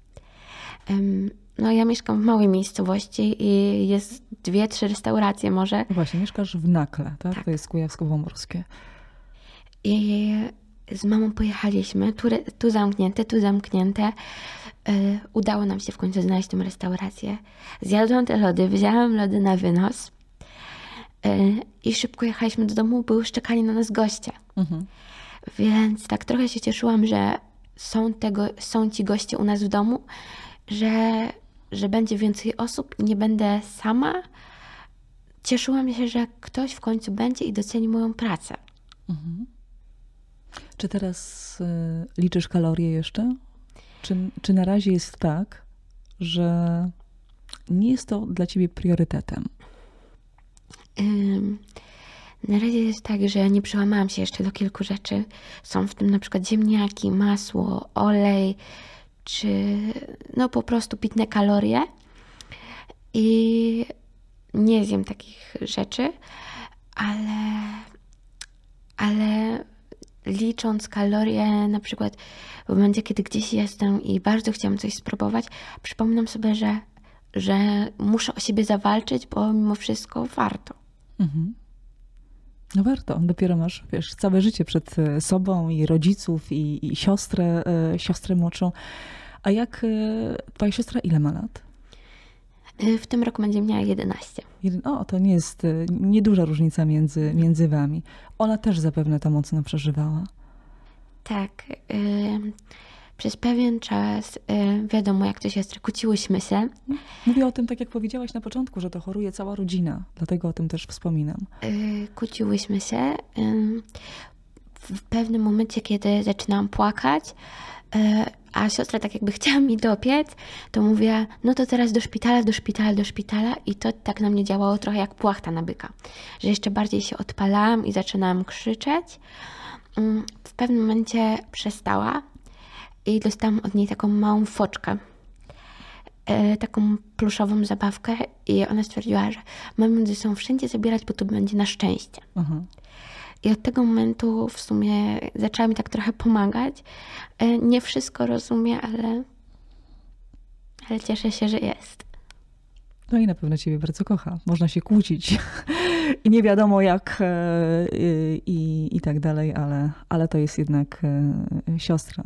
No ja mieszkam w małej miejscowości i jest 2-3 restauracje może. No właśnie, mieszkasz w Nakle, tak? Tak. To jest Kujawsko-Pomorskie. I z mamą pojechaliśmy, tu zamknięte. Udało nam się w końcu znaleźć tę restaurację. Zjadłam te lody, wzięłam lody na wynos i szybko jechaliśmy do domu, bo już czekali na nas goście. Więc tak trochę się cieszyłam, że są ci goście u nas w domu, że będzie więcej osób i nie będę sama. Cieszyłam się, że ktoś w końcu będzie i doceni moją pracę. Czy teraz liczysz kalorie jeszcze? Czy na razie jest tak, że nie jest to dla ciebie priorytetem? Na razie jest tak, że nie przełamałam się jeszcze do kilku rzeczy. Są w tym na przykład ziemniaki, masło, olej, czy no po prostu pitne kalorie. I nie zjem takich rzeczy, ale licząc kalorie, na przykład w momencie, kiedy gdzieś jestem i bardzo chciałam coś spróbować, przypominam sobie, że muszę o siebie zawalczyć, bo mimo wszystko warto. Mhm. No warto, dopiero masz, wiesz, całe życie przed sobą i rodziców, i siostrę młodszą. A jak twoja siostra ile ma lat? W tym roku będzie miała 11. O, to nie jest nieduża różnica między wami. Ona też zapewne to mocno przeżywała. Tak. Przez pewien czas, wiadomo, jak to siostry, kłóciłyśmy się. Mówię o tym, tak jak powiedziałaś na początku, że to choruje cała rodzina. Dlatego o tym też wspominam. Kłóciłyśmy się. W pewnym momencie, kiedy zaczynałam płakać, a siostra tak jakby chciała mi dopiec, to mówiła, no to teraz do szpitala i to tak na mnie działało trochę jak płachta na byka, że jeszcze bardziej się odpalałam i zaczynałam krzyczeć. W pewnym momencie przestała i dostałam od niej taką małą foczkę, taką pluszową zabawkę i ona stwierdziła, że mamy ze sobą wszędzie zabierać, bo to będzie na szczęście. Aha. I od tego momentu w sumie zaczęła mi tak trochę pomagać. Nie wszystko rozumie, ale cieszę się, że jest. No i na pewno ciebie bardzo kocha. Można się kłócić i nie wiadomo jak i tak dalej, ale to jest jednak siostra.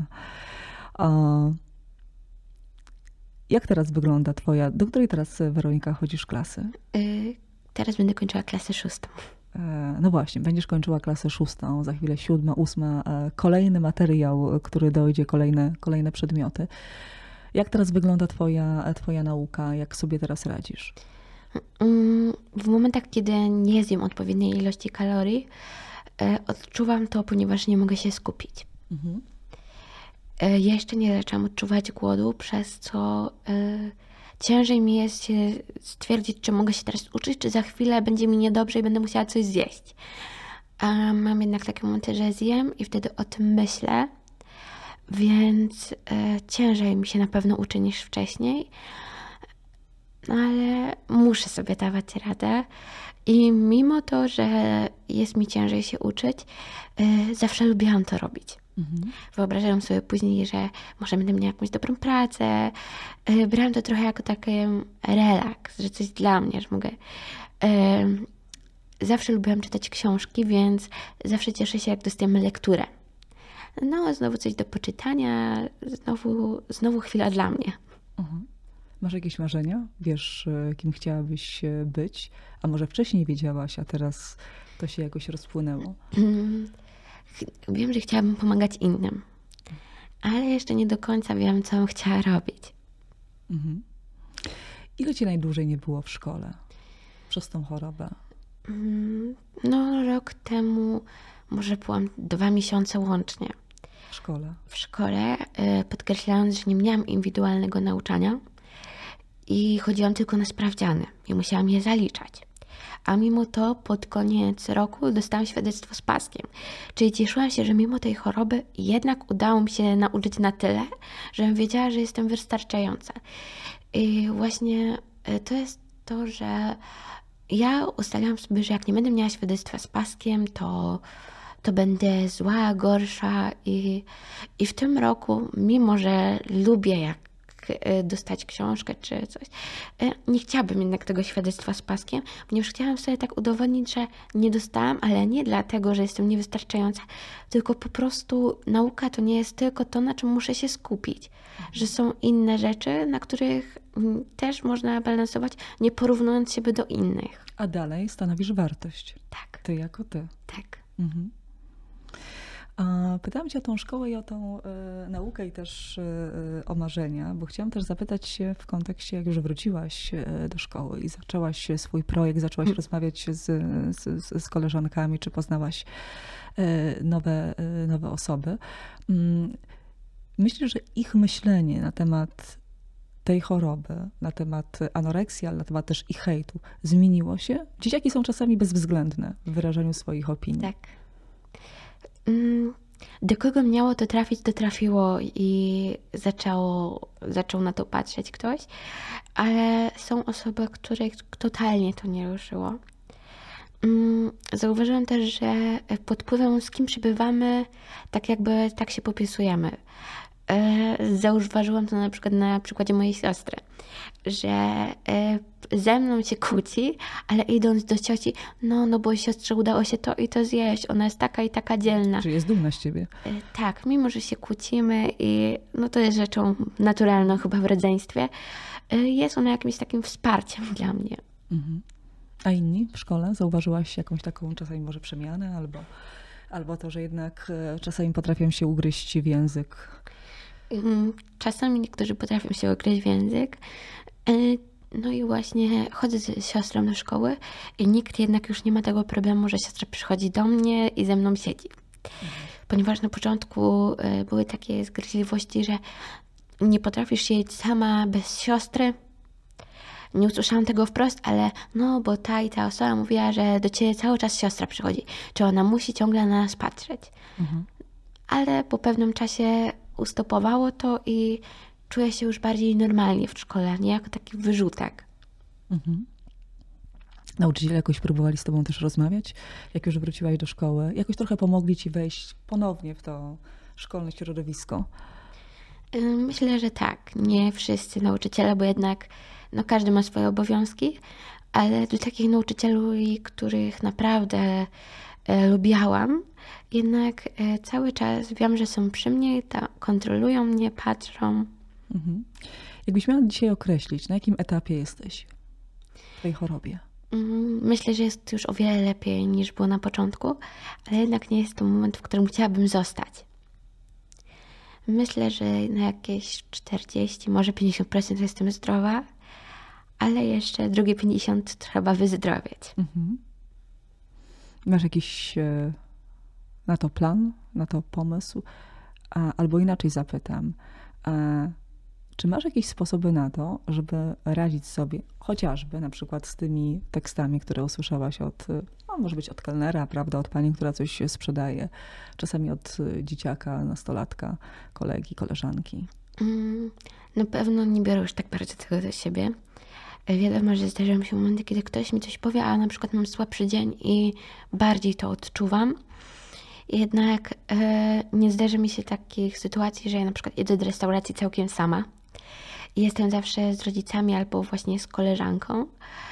Jak teraz wygląda do której teraz, Weronika, chodzisz klasy? Teraz będę kończyła klasę 6. No właśnie, będziesz kończyła klasę 6, za chwilę 7, 8, kolejny materiał, który dojdzie, kolejne przedmioty. Jak teraz wygląda twoja nauka? Jak sobie teraz radzisz? W momentach, kiedy nie zjem odpowiedniej ilości kalorii, odczuwam to, ponieważ nie mogę się skupić. Mhm. Ja jeszcze nie zaczęłam odczuwać głodu, przez co ciężej mi jest się stwierdzić, czy mogę się teraz uczyć, czy za chwilę będzie mi niedobrze i będę musiała coś zjeść. A mam jednak takie momenty, że zjem i wtedy o tym myślę, więc ciężej mi się na pewno uczy niż wcześniej, ale muszę sobie dawać radę i mimo to, że jest mi ciężej się uczyć, zawsze lubiłam to robić. Mhm. Wyobrażałam sobie później, że może będę miała jakąś dobrą pracę. Brałam to trochę jako taki relaks, że coś dla mnie, że mogę. Zawsze lubiłam czytać książki, więc zawsze cieszę się, jak dostajemy lekturę. No, znowu coś do poczytania, znowu chwila dla mnie. Mhm. Masz jakieś marzenia? Wiesz, kim chciałabyś być? A może wcześniej wiedziałaś, a teraz to się jakoś rozpłynęło? Wiem, że chciałabym pomagać innym, ale jeszcze nie do końca wiem, co bym chciała robić. Mhm. Ile ci najdłużej nie było w szkole przez tą chorobę? No, rok temu może byłam 2 miesiące łącznie W szkole? w szkole, podkreślając, że nie miałam indywidualnego nauczania i chodziłam tylko na sprawdziany i musiałam je zaliczać. A mimo to pod koniec roku dostałam świadectwo z paskiem. Czyli cieszyłam się, że mimo tej choroby jednak udało mi się nauczyć na tyle, żebym wiedziała, że jestem wystarczająca. I właśnie to jest to, że ja ustaliłam sobie, że jak nie będę miała świadectwa z paskiem, to będę zła, gorsza i w tym roku, mimo że lubię jak dostać książkę czy coś, nie chciałabym jednak tego świadectwa z paskiem, ponieważ chciałam sobie tak udowodnić, że nie dostałam, ale nie dlatego, że jestem niewystarczająca, tylko po prostu nauka to nie jest tylko to, na czym muszę się skupić, że są inne rzeczy, na których też można balansować, nie porównując siebie do innych. A dalej stanowisz wartość. Tak. Ty jako ty. Tak. Mhm. Pytałam cię o tą szkołę i o tą naukę i też o marzenia, bo chciałam też zapytać się w kontekście, jak już wróciłaś do szkoły i zaczęłaś swój projekt, zaczęłaś rozmawiać z koleżankami, czy poznałaś nowe osoby. Myślę, że ich myślenie na temat tej choroby, na temat anoreksji, ale na temat też ich hejtu zmieniło się? Dzieciaki są czasami bezwzględne w wyrażaniu swoich opinii. Tak. Do kogo miało to trafić, to trafiło i zaczął na to patrzeć ktoś, ale są osoby, których totalnie to nie ruszyło. Zauważyłam też, że pod wpływem z kim przebywamy, tak jakby tak się popisujemy. Zauważyłam to na przykład na przykładzie mojej siostry, że ze mną się kłóci, ale idąc do cioci, no bo siostrze udało się to i to zjeść, ona jest taka i taka dzielna. Czy jest dumna z ciebie? Tak, mimo że się kłócimy i no to jest rzeczą naturalną chyba w rodzeństwie, jest ona jakimś takim wsparciem dla mnie. Mhm. A inni w szkole? Zauważyłaś jakąś taką czasami może przemianę albo to, że jednak czasami potrafią się ugryźć w język? Czasami niektórzy potrafią się ugryźć w język. No i właśnie chodzę z siostrą do szkoły i nikt jednak już nie ma tego problemu, że siostra przychodzi do mnie i ze mną siedzi. Ponieważ na początku były takie zgryźliwości, że nie potrafisz siedzieć sama bez siostry. Nie usłyszałam tego wprost, ale no, bo ta i ta osoba mówiła, że do ciebie cały czas siostra przychodzi. Czy ona musi ciągle na nas patrzeć. Ale po pewnym czasie ustopowało to i czuję się już bardziej normalnie w szkole, nie jako taki wyrzutek. Nauczyciele jakoś próbowali z tobą też rozmawiać? Jak już wróciłaś do szkoły? Jakoś trochę pomogli ci wejść ponownie w to szkolne środowisko? Myślę, że tak. Nie wszyscy nauczyciele, bo jednak no, każdy ma swoje obowiązki, ale dla takich nauczycieli, których naprawdę lubiałam, jednak cały czas wiem, że są przy mnie, kontrolują mnie, patrzą. Jakbyś miała dzisiaj określić, na jakim etapie jesteś w tej chorobie? Myślę, że jest już o wiele lepiej niż było na początku, ale jednak nie jest to moment, w którym chciałabym zostać. Myślę, że na jakieś 40, może 50% jestem zdrowa, ale jeszcze drugie 50 trzeba wyzdrowieć. Masz jakiś na to plan, na to pomysł? Albo inaczej zapytam, czy masz jakieś sposoby na to, żeby radzić sobie chociażby na przykład z tymi tekstami, które usłyszałaś od, no może być od kelnera, prawda, od pani, która coś sprzedaje, czasami od dzieciaka, nastolatka, kolegi, koleżanki? Na pewno nie biorę już tak bardzo tego do siebie. Wiadomo, że zdarzają się momenty, kiedy ktoś mi coś powie, a na przykład mam słabszy dzień i bardziej to odczuwam. Jednak nie zdarzy mi się takich sytuacji, że ja na przykład idę do restauracji całkiem sama i jestem zawsze z rodzicami albo właśnie z koleżanką.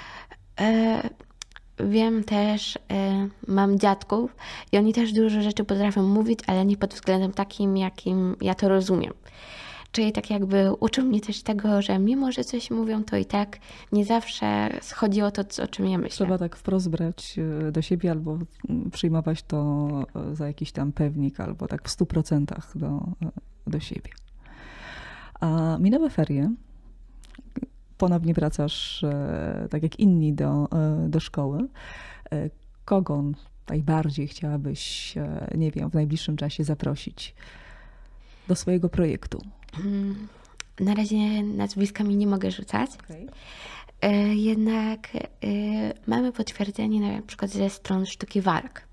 Wiem też, mam dziadków i oni też dużo rzeczy potrafią mówić, ale nie pod względem takim, jakim ja to rozumiem. Czyli tak jakby uczą mnie też tego, że mimo, że coś mówią, to i tak nie zawsze chodzi o to, o czym ja myślę. Trzeba tak wprost brać do siebie albo przyjmować to za jakiś tam pewnik, albo tak w 100% do siebie. A minęły ferie. Ponownie wracasz, tak jak inni, do szkoły. Kogo najbardziej chciałabyś, nie wiem, w najbliższym czasie zaprosić do swojego projektu? Na razie nazwiskami nie mogę rzucać. Okay. Jednak mamy potwierdzenie na przykład ze stron sztuki walk.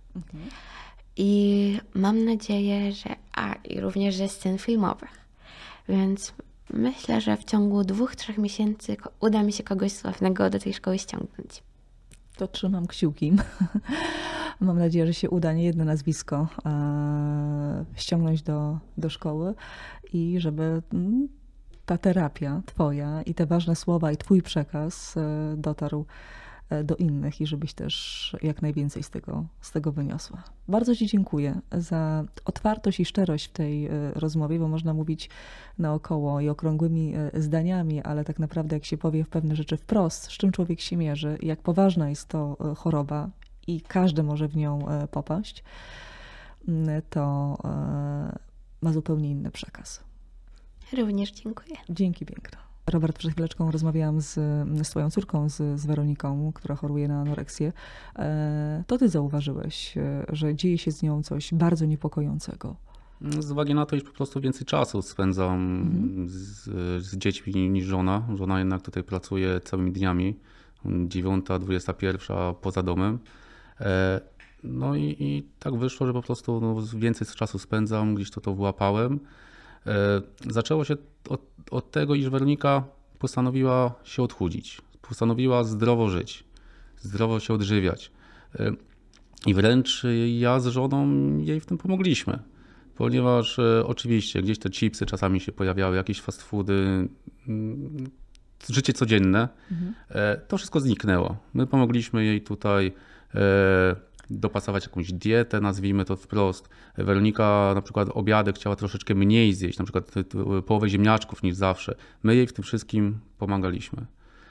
I mam nadzieję, że i również ze scen filmowych. Więc myślę, że w ciągu 2-3 miesięcy uda mi się kogoś sławnego do tej szkoły ściągnąć. To trzymam kciuki. Mam nadzieję, że się uda niejedno nazwisko ściągnąć do szkoły i żeby ta terapia twoja i te ważne słowa i twój przekaz dotarł do innych i żebyś też jak najwięcej z tego wyniosła. Bardzo ci dziękuję za otwartość i szczerość w tej rozmowie, bo można mówić naokoło i okrągłymi zdaniami, ale tak naprawdę jak się powie pewne rzeczy wprost, z czym człowiek się mierzy, jak poważna jest to choroba i każdy może w nią popaść, to ma zupełnie inny przekaz. Również dziękuję. Dzięki piękne. Robert, przed chwileczką rozmawiałam z twoją córką, z Weroniką, która choruje na anoreksję. To ty zauważyłeś, że dzieje się z nią coś bardzo niepokojącego. Z uwagi na to, iż po prostu więcej czasu spędzam z dziećmi niż żona. Żona jednak tutaj pracuje całymi dniami. 9, 21 poza domem. No i tak wyszło, że po prostu więcej czasu spędzam, gdzieś to wyłapałem. Zaczęło się od tego, iż Weronika postanowiła się odchudzić. Postanowiła zdrowo żyć, zdrowo się odżywiać. I wręcz ja z żoną jej w tym pomogliśmy. Ponieważ oczywiście gdzieś te chipsy czasami się pojawiały, jakieś fast foody, życie codzienne, to wszystko zniknęło. My pomogliśmy jej tutaj dopasować jakąś dietę, nazwijmy to wprost. Weronika na przykład obiadek chciała troszeczkę mniej zjeść, na przykład połowę ziemniaczków niż zawsze. My jej w tym wszystkim pomagaliśmy.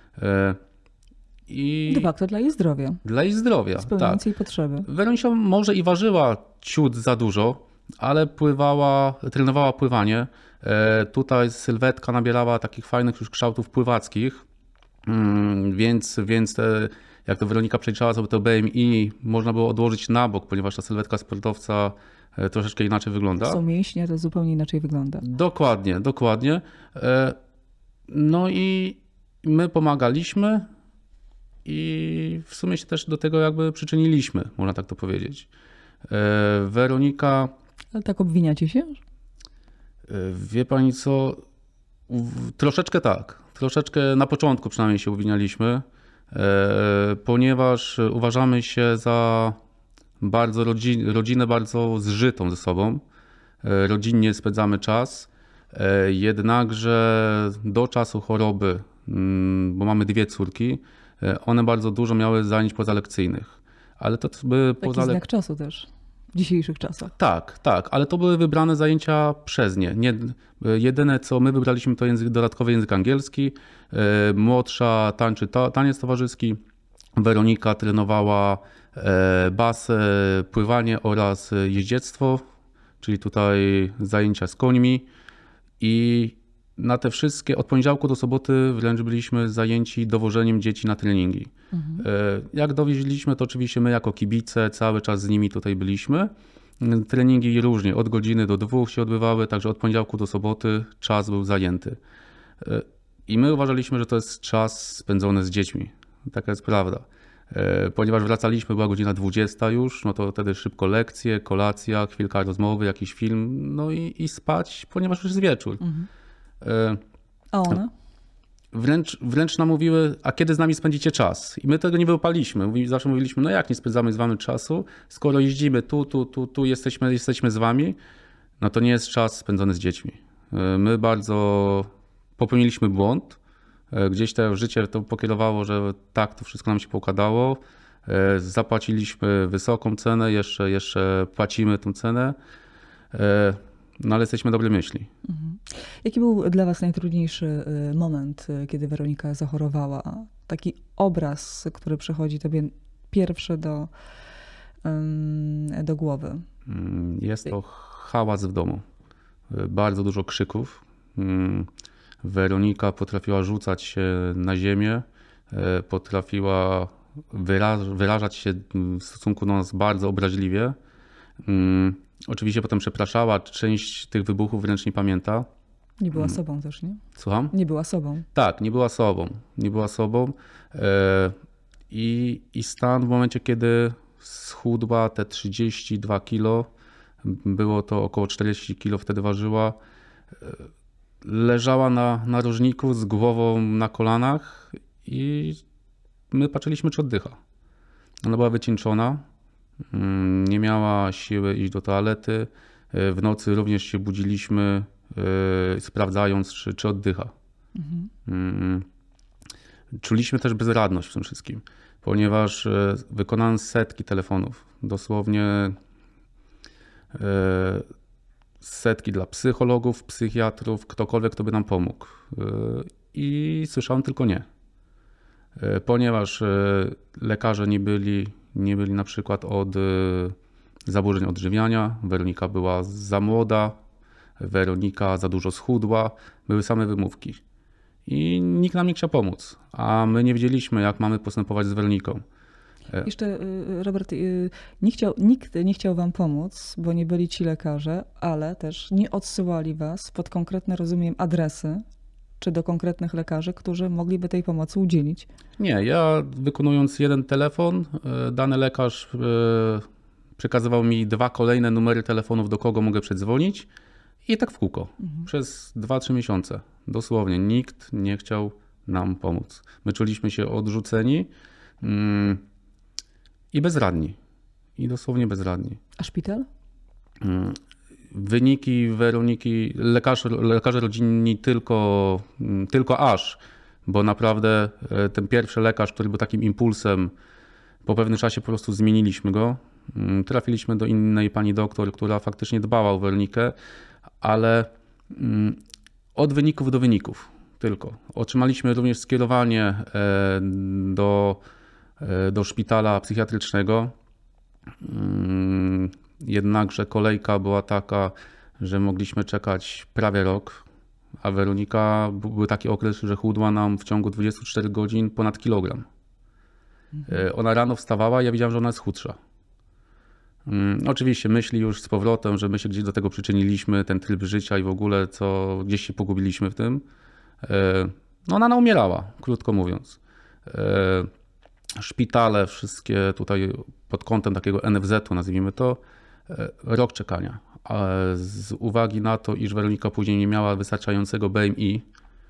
I De facto dla jej zdrowia, dla jej zdrowia, spełniając tak. jej potrzeby. Weronika może i ważyła ciut za dużo, ale trenowała pływanie. Tutaj sylwetka nabierała takich fajnych już kształtów pływackich, więc jak to Weronika przeliczała sobie to BMI, można było odłożyć na bok, ponieważ ta sylwetka sportowca troszeczkę inaczej wygląda. Są mięśnie, to zupełnie inaczej wygląda. Dokładnie. No i my pomagaliśmy i w sumie się też do tego jakby przyczyniliśmy, można tak to powiedzieć. Weronika... Ale tak obwiniacie się? Wie pani co, troszeczkę tak. Troszeczkę na początku przynajmniej się uwinialiśmy, ponieważ uważamy się za bardzo rodzinę bardzo zżytą ze sobą. Rodzinnie spędzamy czas, jednakże do czasu choroby, bo mamy 2 córki, one bardzo dużo miały zajęć pozalekcyjnych. Ale to by Taki znak czasu też w dzisiejszych czasach. Tak, ale to były wybrane zajęcia przez nie. Jedyne co my wybraliśmy to dodatkowy język angielski, młodsza tańczy taniec towarzyski, Weronika trenowała bas, pływanie oraz jeździectwo, czyli tutaj zajęcia z końmi i na te wszystkie, od poniedziałku do soboty wręcz byliśmy zajęci dowożeniem dzieci na treningi. Jak dowieźliśmy, to oczywiście my jako kibice cały czas z nimi tutaj byliśmy. Treningi różnie, od godziny do 2 się odbywały, także od poniedziałku do soboty czas był zajęty. I my uważaliśmy, że to jest czas spędzony z dziećmi. Taka jest prawda. Ponieważ wracaliśmy, była godzina 20 już, no to wtedy szybko lekcje, kolacja, chwilka rozmowy, jakiś film, no i spać, ponieważ już jest wieczór. A one? Wręcz nam mówiły, a kiedy z nami spędzicie czas? I my tego nie wyłapaliśmy. Zawsze mówiliśmy, no jak nie spędzamy z wami czasu, skoro jeździmy tu jesteśmy z wami, no to nie jest czas spędzony z dziećmi. My bardzo popełniliśmy błąd. Gdzieś to życie to pokierowało, że tak, to wszystko nam się poukładało. Zapłaciliśmy wysoką cenę, jeszcze płacimy tę cenę. No ale jesteśmy dobrej myśli. Jaki był dla was najtrudniejszy moment, kiedy Weronika zachorowała? Taki obraz, który przychodzi tobie pierwszy do głowy. Jest to hałas w domu. Bardzo dużo krzyków. Weronika potrafiła rzucać się na ziemię, potrafiła wyrażać się w stosunku do nas bardzo obraźliwie. Oczywiście potem przepraszała, część tych wybuchów wręcz nie pamięta. Nie była sobą też, nie? Słucham? Nie była sobą. Tak, nie była sobą. Nie była sobą. I stan w momencie, kiedy schudła te 32 kilo, było to około 40 kilo wtedy ważyła, leżała na rożniku z głową na kolanach i my patrzyliśmy, czy oddycha. Ona była wycieńczona, nie miała siły iść do toalety. W nocy również się budziliśmy, sprawdzając, czy oddycha. Czuliśmy też bezradność w tym wszystkim, ponieważ wykonałem setki telefonów, dosłownie setki dla psychologów, psychiatrów, ktokolwiek, kto by nam pomógł. I słyszałem tylko nie. Ponieważ lekarze nie byli na przykład od zaburzeń odżywiania, Weronika była za młoda, Weronika za dużo schudła, były same wymówki. I nikt nam nie chciał pomóc, a my nie wiedzieliśmy, jak mamy postępować z Weroniką. Jeszcze, Robert, nikt nie chciał wam pomóc, bo nie byli ci lekarze, ale też nie odsyłali was pod konkretne, rozumiem, adresy, czy do konkretnych lekarzy, którzy mogliby tej pomocy udzielić. Nie, ja wykonując jeden telefon, dany lekarz przekazywał mi 2 kolejne numery telefonów, do kogo mogę przedzwonić i tak w kółko. Przez 2-3 miesiące. Dosłownie nikt nie chciał nam pomóc. My czuliśmy się odrzuceni. i bezradni. I dosłownie bezradni. A szpital? Wyniki Weroniki, lekarze rodzinni tylko aż, bo naprawdę ten pierwszy lekarz, który był takim impulsem, po pewnym czasie po prostu zmieniliśmy go. Trafiliśmy do innej pani doktor, która faktycznie dbała o Weronikę, ale od wyników do wyników tylko. Otrzymaliśmy również skierowanie do szpitala psychiatrycznego. Jednakże kolejka była taka, że mogliśmy czekać prawie rok, a Weronika, był taki okres, że chudła nam w ciągu 24 godzin ponad kilogram. Ona rano wstawała i ja widziałem, że ona jest chudsza. Oczywiście myśli już z powrotem, że my się gdzieś do tego przyczyniliśmy, ten tryb życia i w ogóle co gdzieś się pogubiliśmy w tym. No ona umierała, krótko mówiąc. Szpitale wszystkie tutaj pod kątem takiego NFZ-u, nazwijmy to, rok czekania. A z uwagi na to, iż Weronika później nie miała wystarczającego BMI,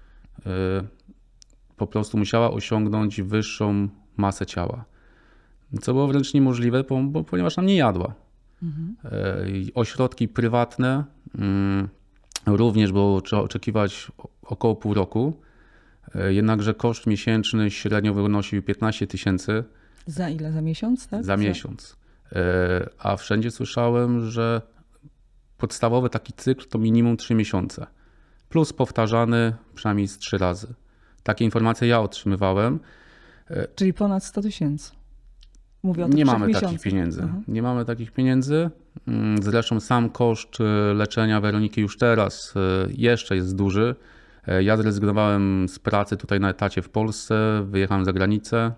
po prostu musiała osiągnąć wyższą masę ciała. Co było wręcz niemożliwe, ponieważ nam nie jadła. Ośrodki prywatne również było trzeba oczekiwać około pół roku. Jednakże koszt miesięczny średnio wynosił 15 000. Za ile? Za miesiąc? Tak? Za miesiąc. A wszędzie słyszałem, że podstawowy taki cykl to minimum 3 miesiące. Plus powtarzany przynajmniej z 3 razy. Takie informacje ja otrzymywałem. Czyli ponad 100 000. Mówię o tych Nie 3 mamy miesiącach. takich pieniędzy. Aha. Nie mamy takich pieniędzy. Zresztą sam koszt leczenia Weroniki już teraz jeszcze jest duży. Ja zrezygnowałem z pracy tutaj na etacie w Polsce, wyjechałem za granicę.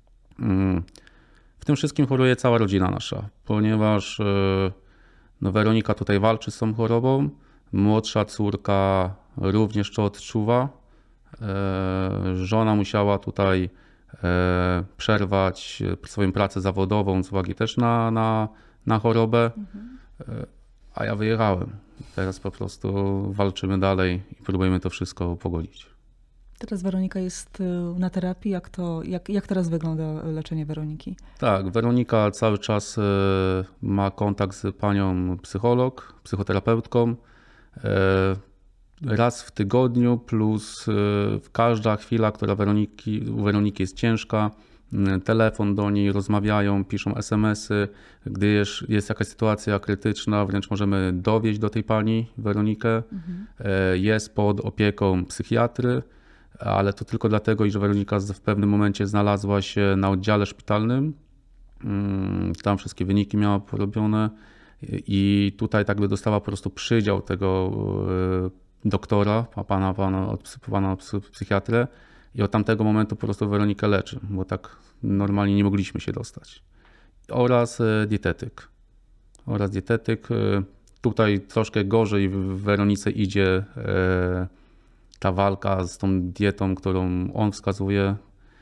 W tym wszystkim choruje cała rodzina nasza, ponieważ no Weronika tutaj walczy z tą chorobą. Młodsza córka również to odczuwa. Żona musiała tutaj przerwać swoją pracę zawodową z uwagi też na chorobę, a ja wyjechałem. Teraz po prostu walczymy dalej i próbujemy to wszystko pogodzić. Teraz Weronika jest na terapii. Jak teraz wygląda leczenie Weroniki? Tak, Weronika cały czas ma kontakt z panią psycholog, psychoterapeutką. Raz w tygodniu plus każda chwila, która u Weroniki jest ciężka, telefon do niej, rozmawiają, piszą SMS-y. Gdy jest jakaś sytuacja krytyczna, wręcz możemy dowieźć do tej pani Weronikę. Jest pod opieką psychiatry, ale to tylko dlatego, iż Weronika w pewnym momencie znalazła się na oddziale szpitalnym. Tam wszystkie wyniki miała porobione i tutaj tak by dostała po prostu przydział tego doktora, pana psychiatrę i od tamtego momentu po prostu Weronikę leczy, bo tak normalnie nie mogliśmy się dostać. Oraz dietetyk. Tutaj troszkę gorzej w Weronice idzie ta walka z tą dietą, którą on wskazuje.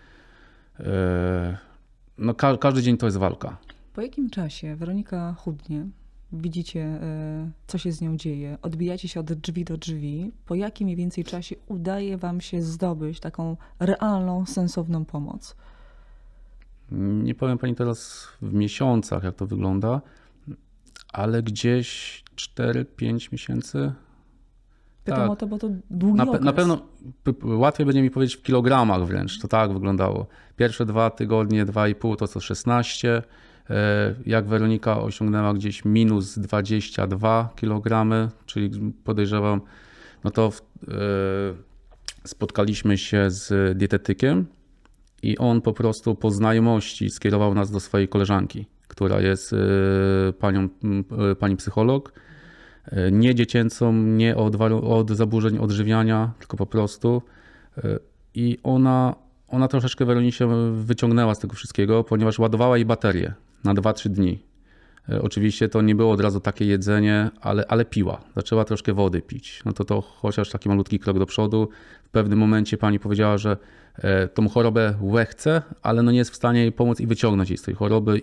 No, każdy dzień to jest walka. Po jakim czasie Weronika chudnie? Widzicie, co się z nią dzieje. Odbijacie się od drzwi do drzwi. Po jakim mniej więcej czasie udaje wam się zdobyć taką realną, sensowną pomoc? Nie powiem pani teraz w miesiącach, jak to wygląda, ale gdzieś 4-5 miesięcy. Pytam tak. o to, bo to długi okres. Na pewno łatwiej będzie mi powiedzieć w kilogramach wręcz. To tak wyglądało. Pierwsze 2 tygodnie, 2,5 to co 16. Jak Weronika osiągnęła gdzieś minus 22 kg, czyli podejrzewam, no to spotkaliśmy się z dietetykiem i on po prostu po znajomości skierował nas do swojej koleżanki, która jest pani psycholog, nie dziecięcą, nie od zaburzeń odżywiania, tylko po prostu. I ona troszeczkę Weronikę wyciągnęła z tego wszystkiego, ponieważ ładowała jej baterię na 2-3 dni. Oczywiście to nie było od razu takie jedzenie, ale piła. Zaczęła troszkę wody pić. No to chociaż taki malutki krok do przodu. W pewnym momencie pani powiedziała, że tą chorobę chce, ale no nie jest w stanie jej pomóc i wyciągnąć jej z tej choroby.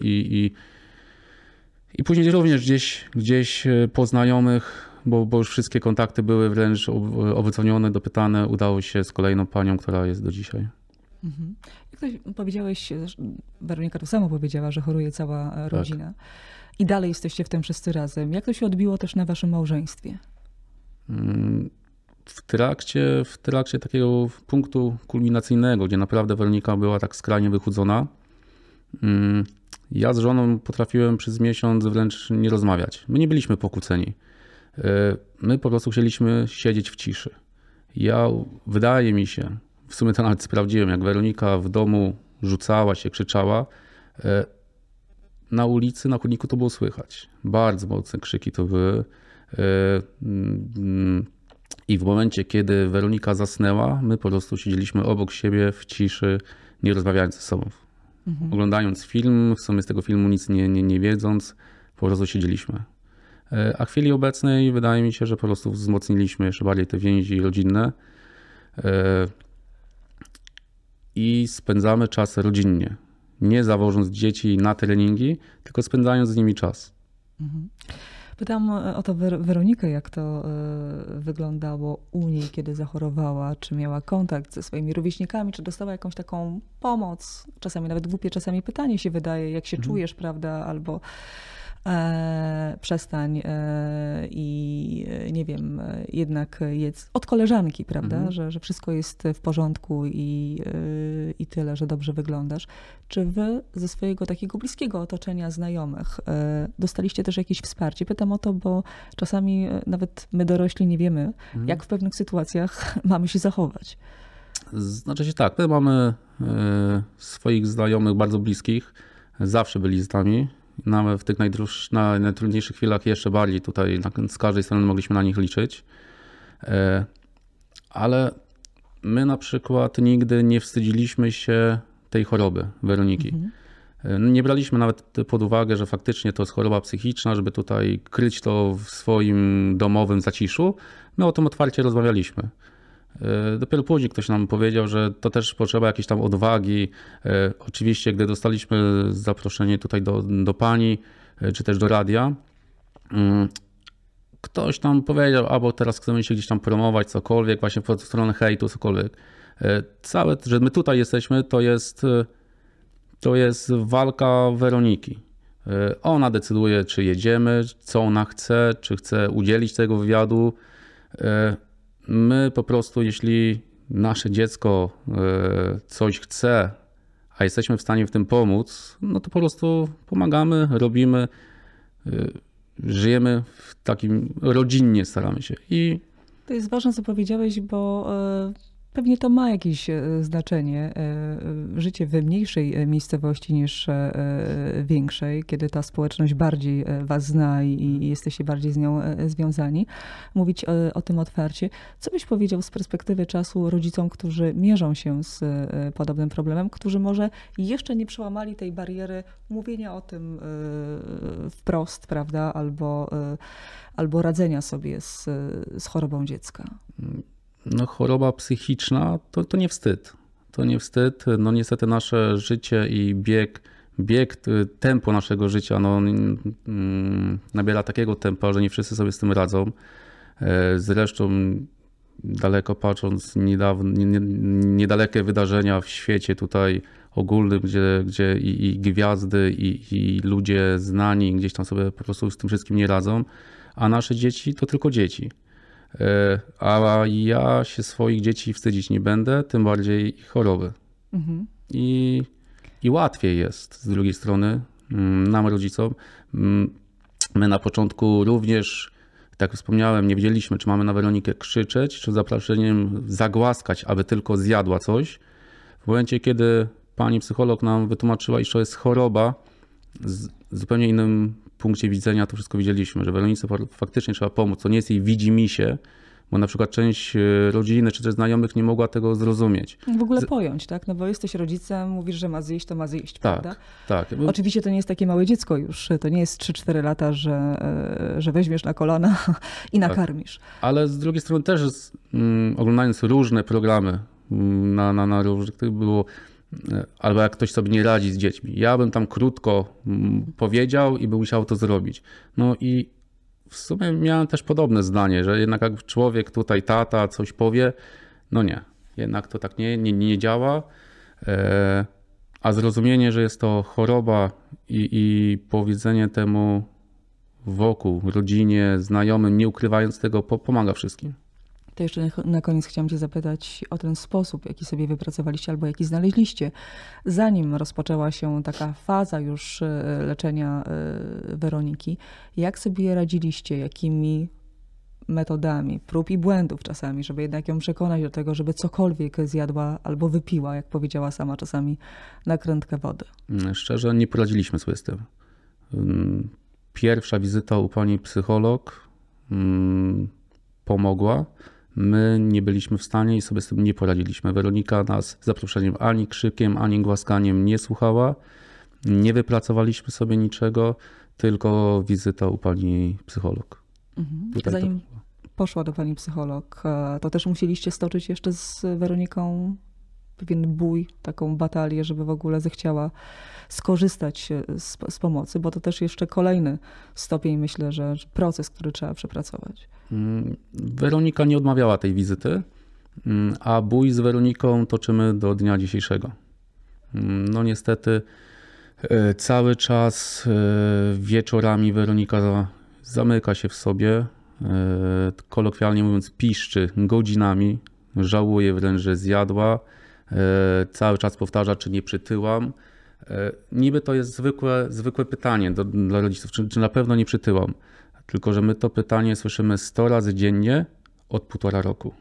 I później również gdzieś po znajomych, bo już wszystkie kontakty były wręcz owyconione, dopytane, udało się z kolejną panią, która jest do dzisiaj. to powiedziałeś, Weronika to samo powiedziała, że choruje cała rodzina. I dalej jesteście w tym wszyscy razem. Jak to się odbiło też na waszym małżeństwie? W trakcie takiego punktu kulminacyjnego, gdzie naprawdę Weronika była tak skrajnie wychudzona, ja z żoną potrafiłem przez miesiąc wręcz nie rozmawiać. My nie byliśmy pokłóceni. My po prostu chcieliśmy siedzieć w ciszy. Wydaje mi się, w sumie to nawet sprawdziłem, jak Weronika w domu rzucała się, krzyczała, na ulicy, na chodniku to było słychać. Bardzo mocne krzyki to były. I w momencie, kiedy Weronika zasnęła, my po prostu siedzieliśmy obok siebie w ciszy, nie rozmawiając ze sobą. Oglądając film, w sumie z tego filmu nic nie wiedząc, po prostu siedzieliśmy. A w chwili obecnej wydaje mi się, że po prostu wzmocniliśmy jeszcze bardziej te więzi rodzinne i spędzamy czas rodzinnie. Nie zawożąc dzieci na treningi, tylko spędzając z nimi czas. Pytam o to Weronikę, jak to wyglądało u niej, kiedy zachorowała, czy miała kontakt ze swoimi rówieśnikami, czy dostała jakąś taką pomoc, czasami nawet głupie, czasami pytanie się wydaje, jak się czujesz, prawda, albo przestań i nie wiem, jednak jedz od koleżanki, prawda, że wszystko jest w porządku i tyle, że dobrze wyglądasz. Czy wy ze swojego takiego bliskiego otoczenia znajomych dostaliście też jakieś wsparcie? Pytam o to, bo czasami nawet my dorośli nie wiemy, jak w pewnych sytuacjach mamy się zachować. Znaczy się tak, my mamy swoich znajomych bardzo bliskich, zawsze byli z nami. Nawet w tych najtrudniejszych chwilach jeszcze bardziej tutaj z każdej strony mogliśmy na nich liczyć. Ale my na przykład nigdy nie wstydziliśmy się tej choroby Weroniki. Nie braliśmy nawet pod uwagę, że faktycznie to jest choroba psychiczna, żeby tutaj kryć to w swoim domowym zaciszu. My o tym otwarcie rozmawialiśmy. Dopiero później ktoś nam powiedział, że to też potrzeba jakiejś tam odwagi. Oczywiście, gdy dostaliśmy zaproszenie tutaj do pani, czy też do radia, ktoś nam powiedział, albo teraz chcemy się gdzieś tam promować, cokolwiek, właśnie pod stronę hejtu, cokolwiek. Całe, że my tutaj jesteśmy, to jest walka Weroniki. Ona decyduje, czy jedziemy, co ona chce, czy chce udzielić tego wywiadu. My po prostu, jeśli nasze dziecko coś chce, a jesteśmy w stanie w tym pomóc, no to po prostu pomagamy, robimy, żyjemy w takim rodzinnie, staramy się. To jest ważne, co powiedziałeś, bo pewnie to ma jakieś znaczenie. Życie w mniejszej miejscowości niż większej, kiedy ta społeczność bardziej was zna i jesteście bardziej z nią związani. Mówić o tym otwarcie. Co byś powiedział z perspektywy czasu rodzicom, którzy mierzą się z podobnym problemem, którzy może jeszcze nie przełamali tej bariery mówienia o tym wprost, prawda, albo radzenia sobie z chorobą dziecka? No, choroba psychiczna to nie wstyd. To nie wstyd. No niestety nasze życie i tempo naszego życia nabiera takiego tempa, że nie wszyscy sobie z tym radzą. Zresztą daleko patrząc, niedalekie wydarzenia w świecie tutaj ogólnym, gdzie i gwiazdy, i ludzie znani gdzieś tam sobie po prostu z tym wszystkim nie radzą, a nasze dzieci to tylko dzieci. A ja się swoich dzieci wstydzić nie będę, tym bardziej ich choroby. I łatwiej jest z drugiej strony nam, rodzicom. My na początku również, tak jak wspomniałem, nie wiedzieliśmy, czy mamy na Weronikę krzyczeć, czy zaproszeniem zagłaskać, aby tylko zjadła coś. W momencie, kiedy pani psycholog nam wytłumaczyła, iż to jest choroba, z zupełnie innym punkcie widzenia to wszystko widzieliśmy, że Weronice faktycznie trzeba pomóc. To nie jest jej widzimisię, bo na przykład część rodziny czy też znajomych nie mogła tego zrozumieć. W ogóle pojąć, tak? No bo jesteś rodzicem, mówisz, że ma zjeść, to ma zjeść, tak, prawda? Tak. Oczywiście to nie jest takie małe dziecko już. To nie jest 3-4 lata, że weźmiesz na kolana i nakarmisz. Tak. Ale z drugiej strony też oglądając różne programy na różnych, to było albo jak ktoś sobie nie radzi z dziećmi. Ja bym tam krótko powiedział i bym musiał to zrobić. No i w sumie miałem też podobne zdanie, że jednak jak człowiek tutaj, tata coś powie, no nie, jednak to tak nie działa. A zrozumienie, że jest to choroba i powiedzenie temu wokół, rodzinie, znajomym, nie ukrywając tego, pomaga wszystkim. To jeszcze na koniec chciałam cię zapytać o ten sposób, jaki sobie wypracowaliście albo jaki znaleźliście, zanim rozpoczęła się taka faza już leczenia Weroniki. Jak sobie radziliście, jakimi metodami, prób i błędów czasami, żeby jednak ją przekonać do tego, żeby cokolwiek zjadła albo wypiła, jak powiedziała sama czasami, na krętkę wody? Szczerze, nie poradziliśmy sobie z tym. Pierwsza wizyta u pani psycholog pomogła. My nie byliśmy w stanie i sobie z tym nie poradziliśmy. Weronika nas z zaproszeniem ani krzykiem, ani głaskaniem nie słuchała. Nie wypracowaliśmy sobie niczego, tylko wizyta u pani psycholog. Zanim poszła do pani psycholog, to też musieliście stoczyć jeszcze z Weroniką pewien bój, taką batalię, żeby w ogóle zechciała skorzystać z pomocy, bo to też jeszcze kolejny stopień, myślę, że proces, który trzeba przepracować. Weronika nie odmawiała tej wizyty, a bój z Weroniką toczymy do dnia dzisiejszego. No niestety cały czas wieczorami Weronika zamyka się w sobie, kolokwialnie mówiąc piszczy godzinami, żałuje wręcz, że zjadła, cały czas powtarza, czy nie przytyłam. Niby to jest zwykłe pytanie dla rodziców, czy na pewno nie przytyłam. Tylko że my to pytanie słyszymy 100 razy dziennie od 1,5 roku.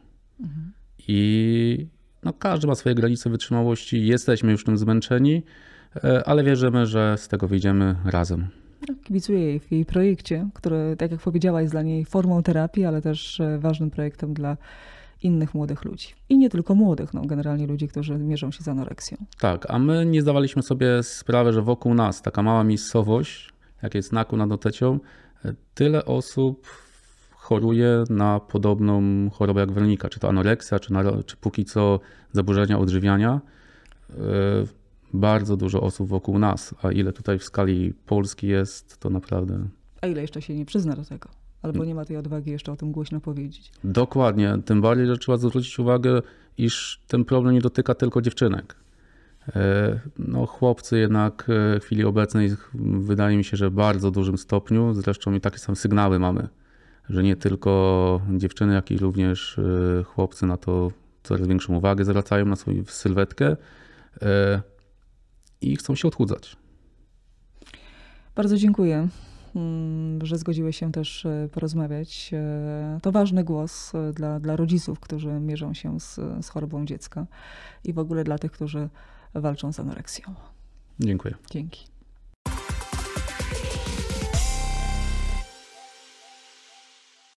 I no, każdy ma swoje granice wytrzymałości, jesteśmy już tym zmęczeni, ale wierzymy, że z tego wyjdziemy razem. Kibicuję jej w jej projekcie, który, tak jak powiedziała, jest dla niej formą terapii, ale też ważnym projektem dla innych młodych ludzi. I nie tylko młodych, no, generalnie ludzi, którzy mierzą się z anoreksją. Tak, a my nie zdawaliśmy sobie sprawy, że wokół nas, taka mała miejscowość, jak jest Nakło nad Notecią, tyle osób choruje na podobną chorobę jak Weronika, czy to anoreksja, czy póki co zaburzenia odżywiania. Bardzo dużo osób wokół nas, a ile tutaj w skali Polski jest, to naprawdę... A ile jeszcze się nie przyzna do tego? Albo nie ma tej odwagi jeszcze o tym głośno powiedzieć. Dokładnie, tym bardziej, że trzeba zwrócić uwagę, iż ten problem nie dotyka tylko dziewczynek. No, chłopcy jednak w chwili obecnej wydaje mi się, że w bardzo dużym stopniu, zresztą i takie same sygnały mamy, że nie tylko dziewczyny, jak i również chłopcy na to coraz większą uwagę zwracają, na swoją sylwetkę i chcą się odchudzać. Bardzo dziękuję, że zgodziłeś się też porozmawiać. To ważny głos dla rodziców, którzy mierzą się z chorobą dziecka i w ogóle dla tych, którzy walczą z anoreksją. Dziękuję. Dzięki.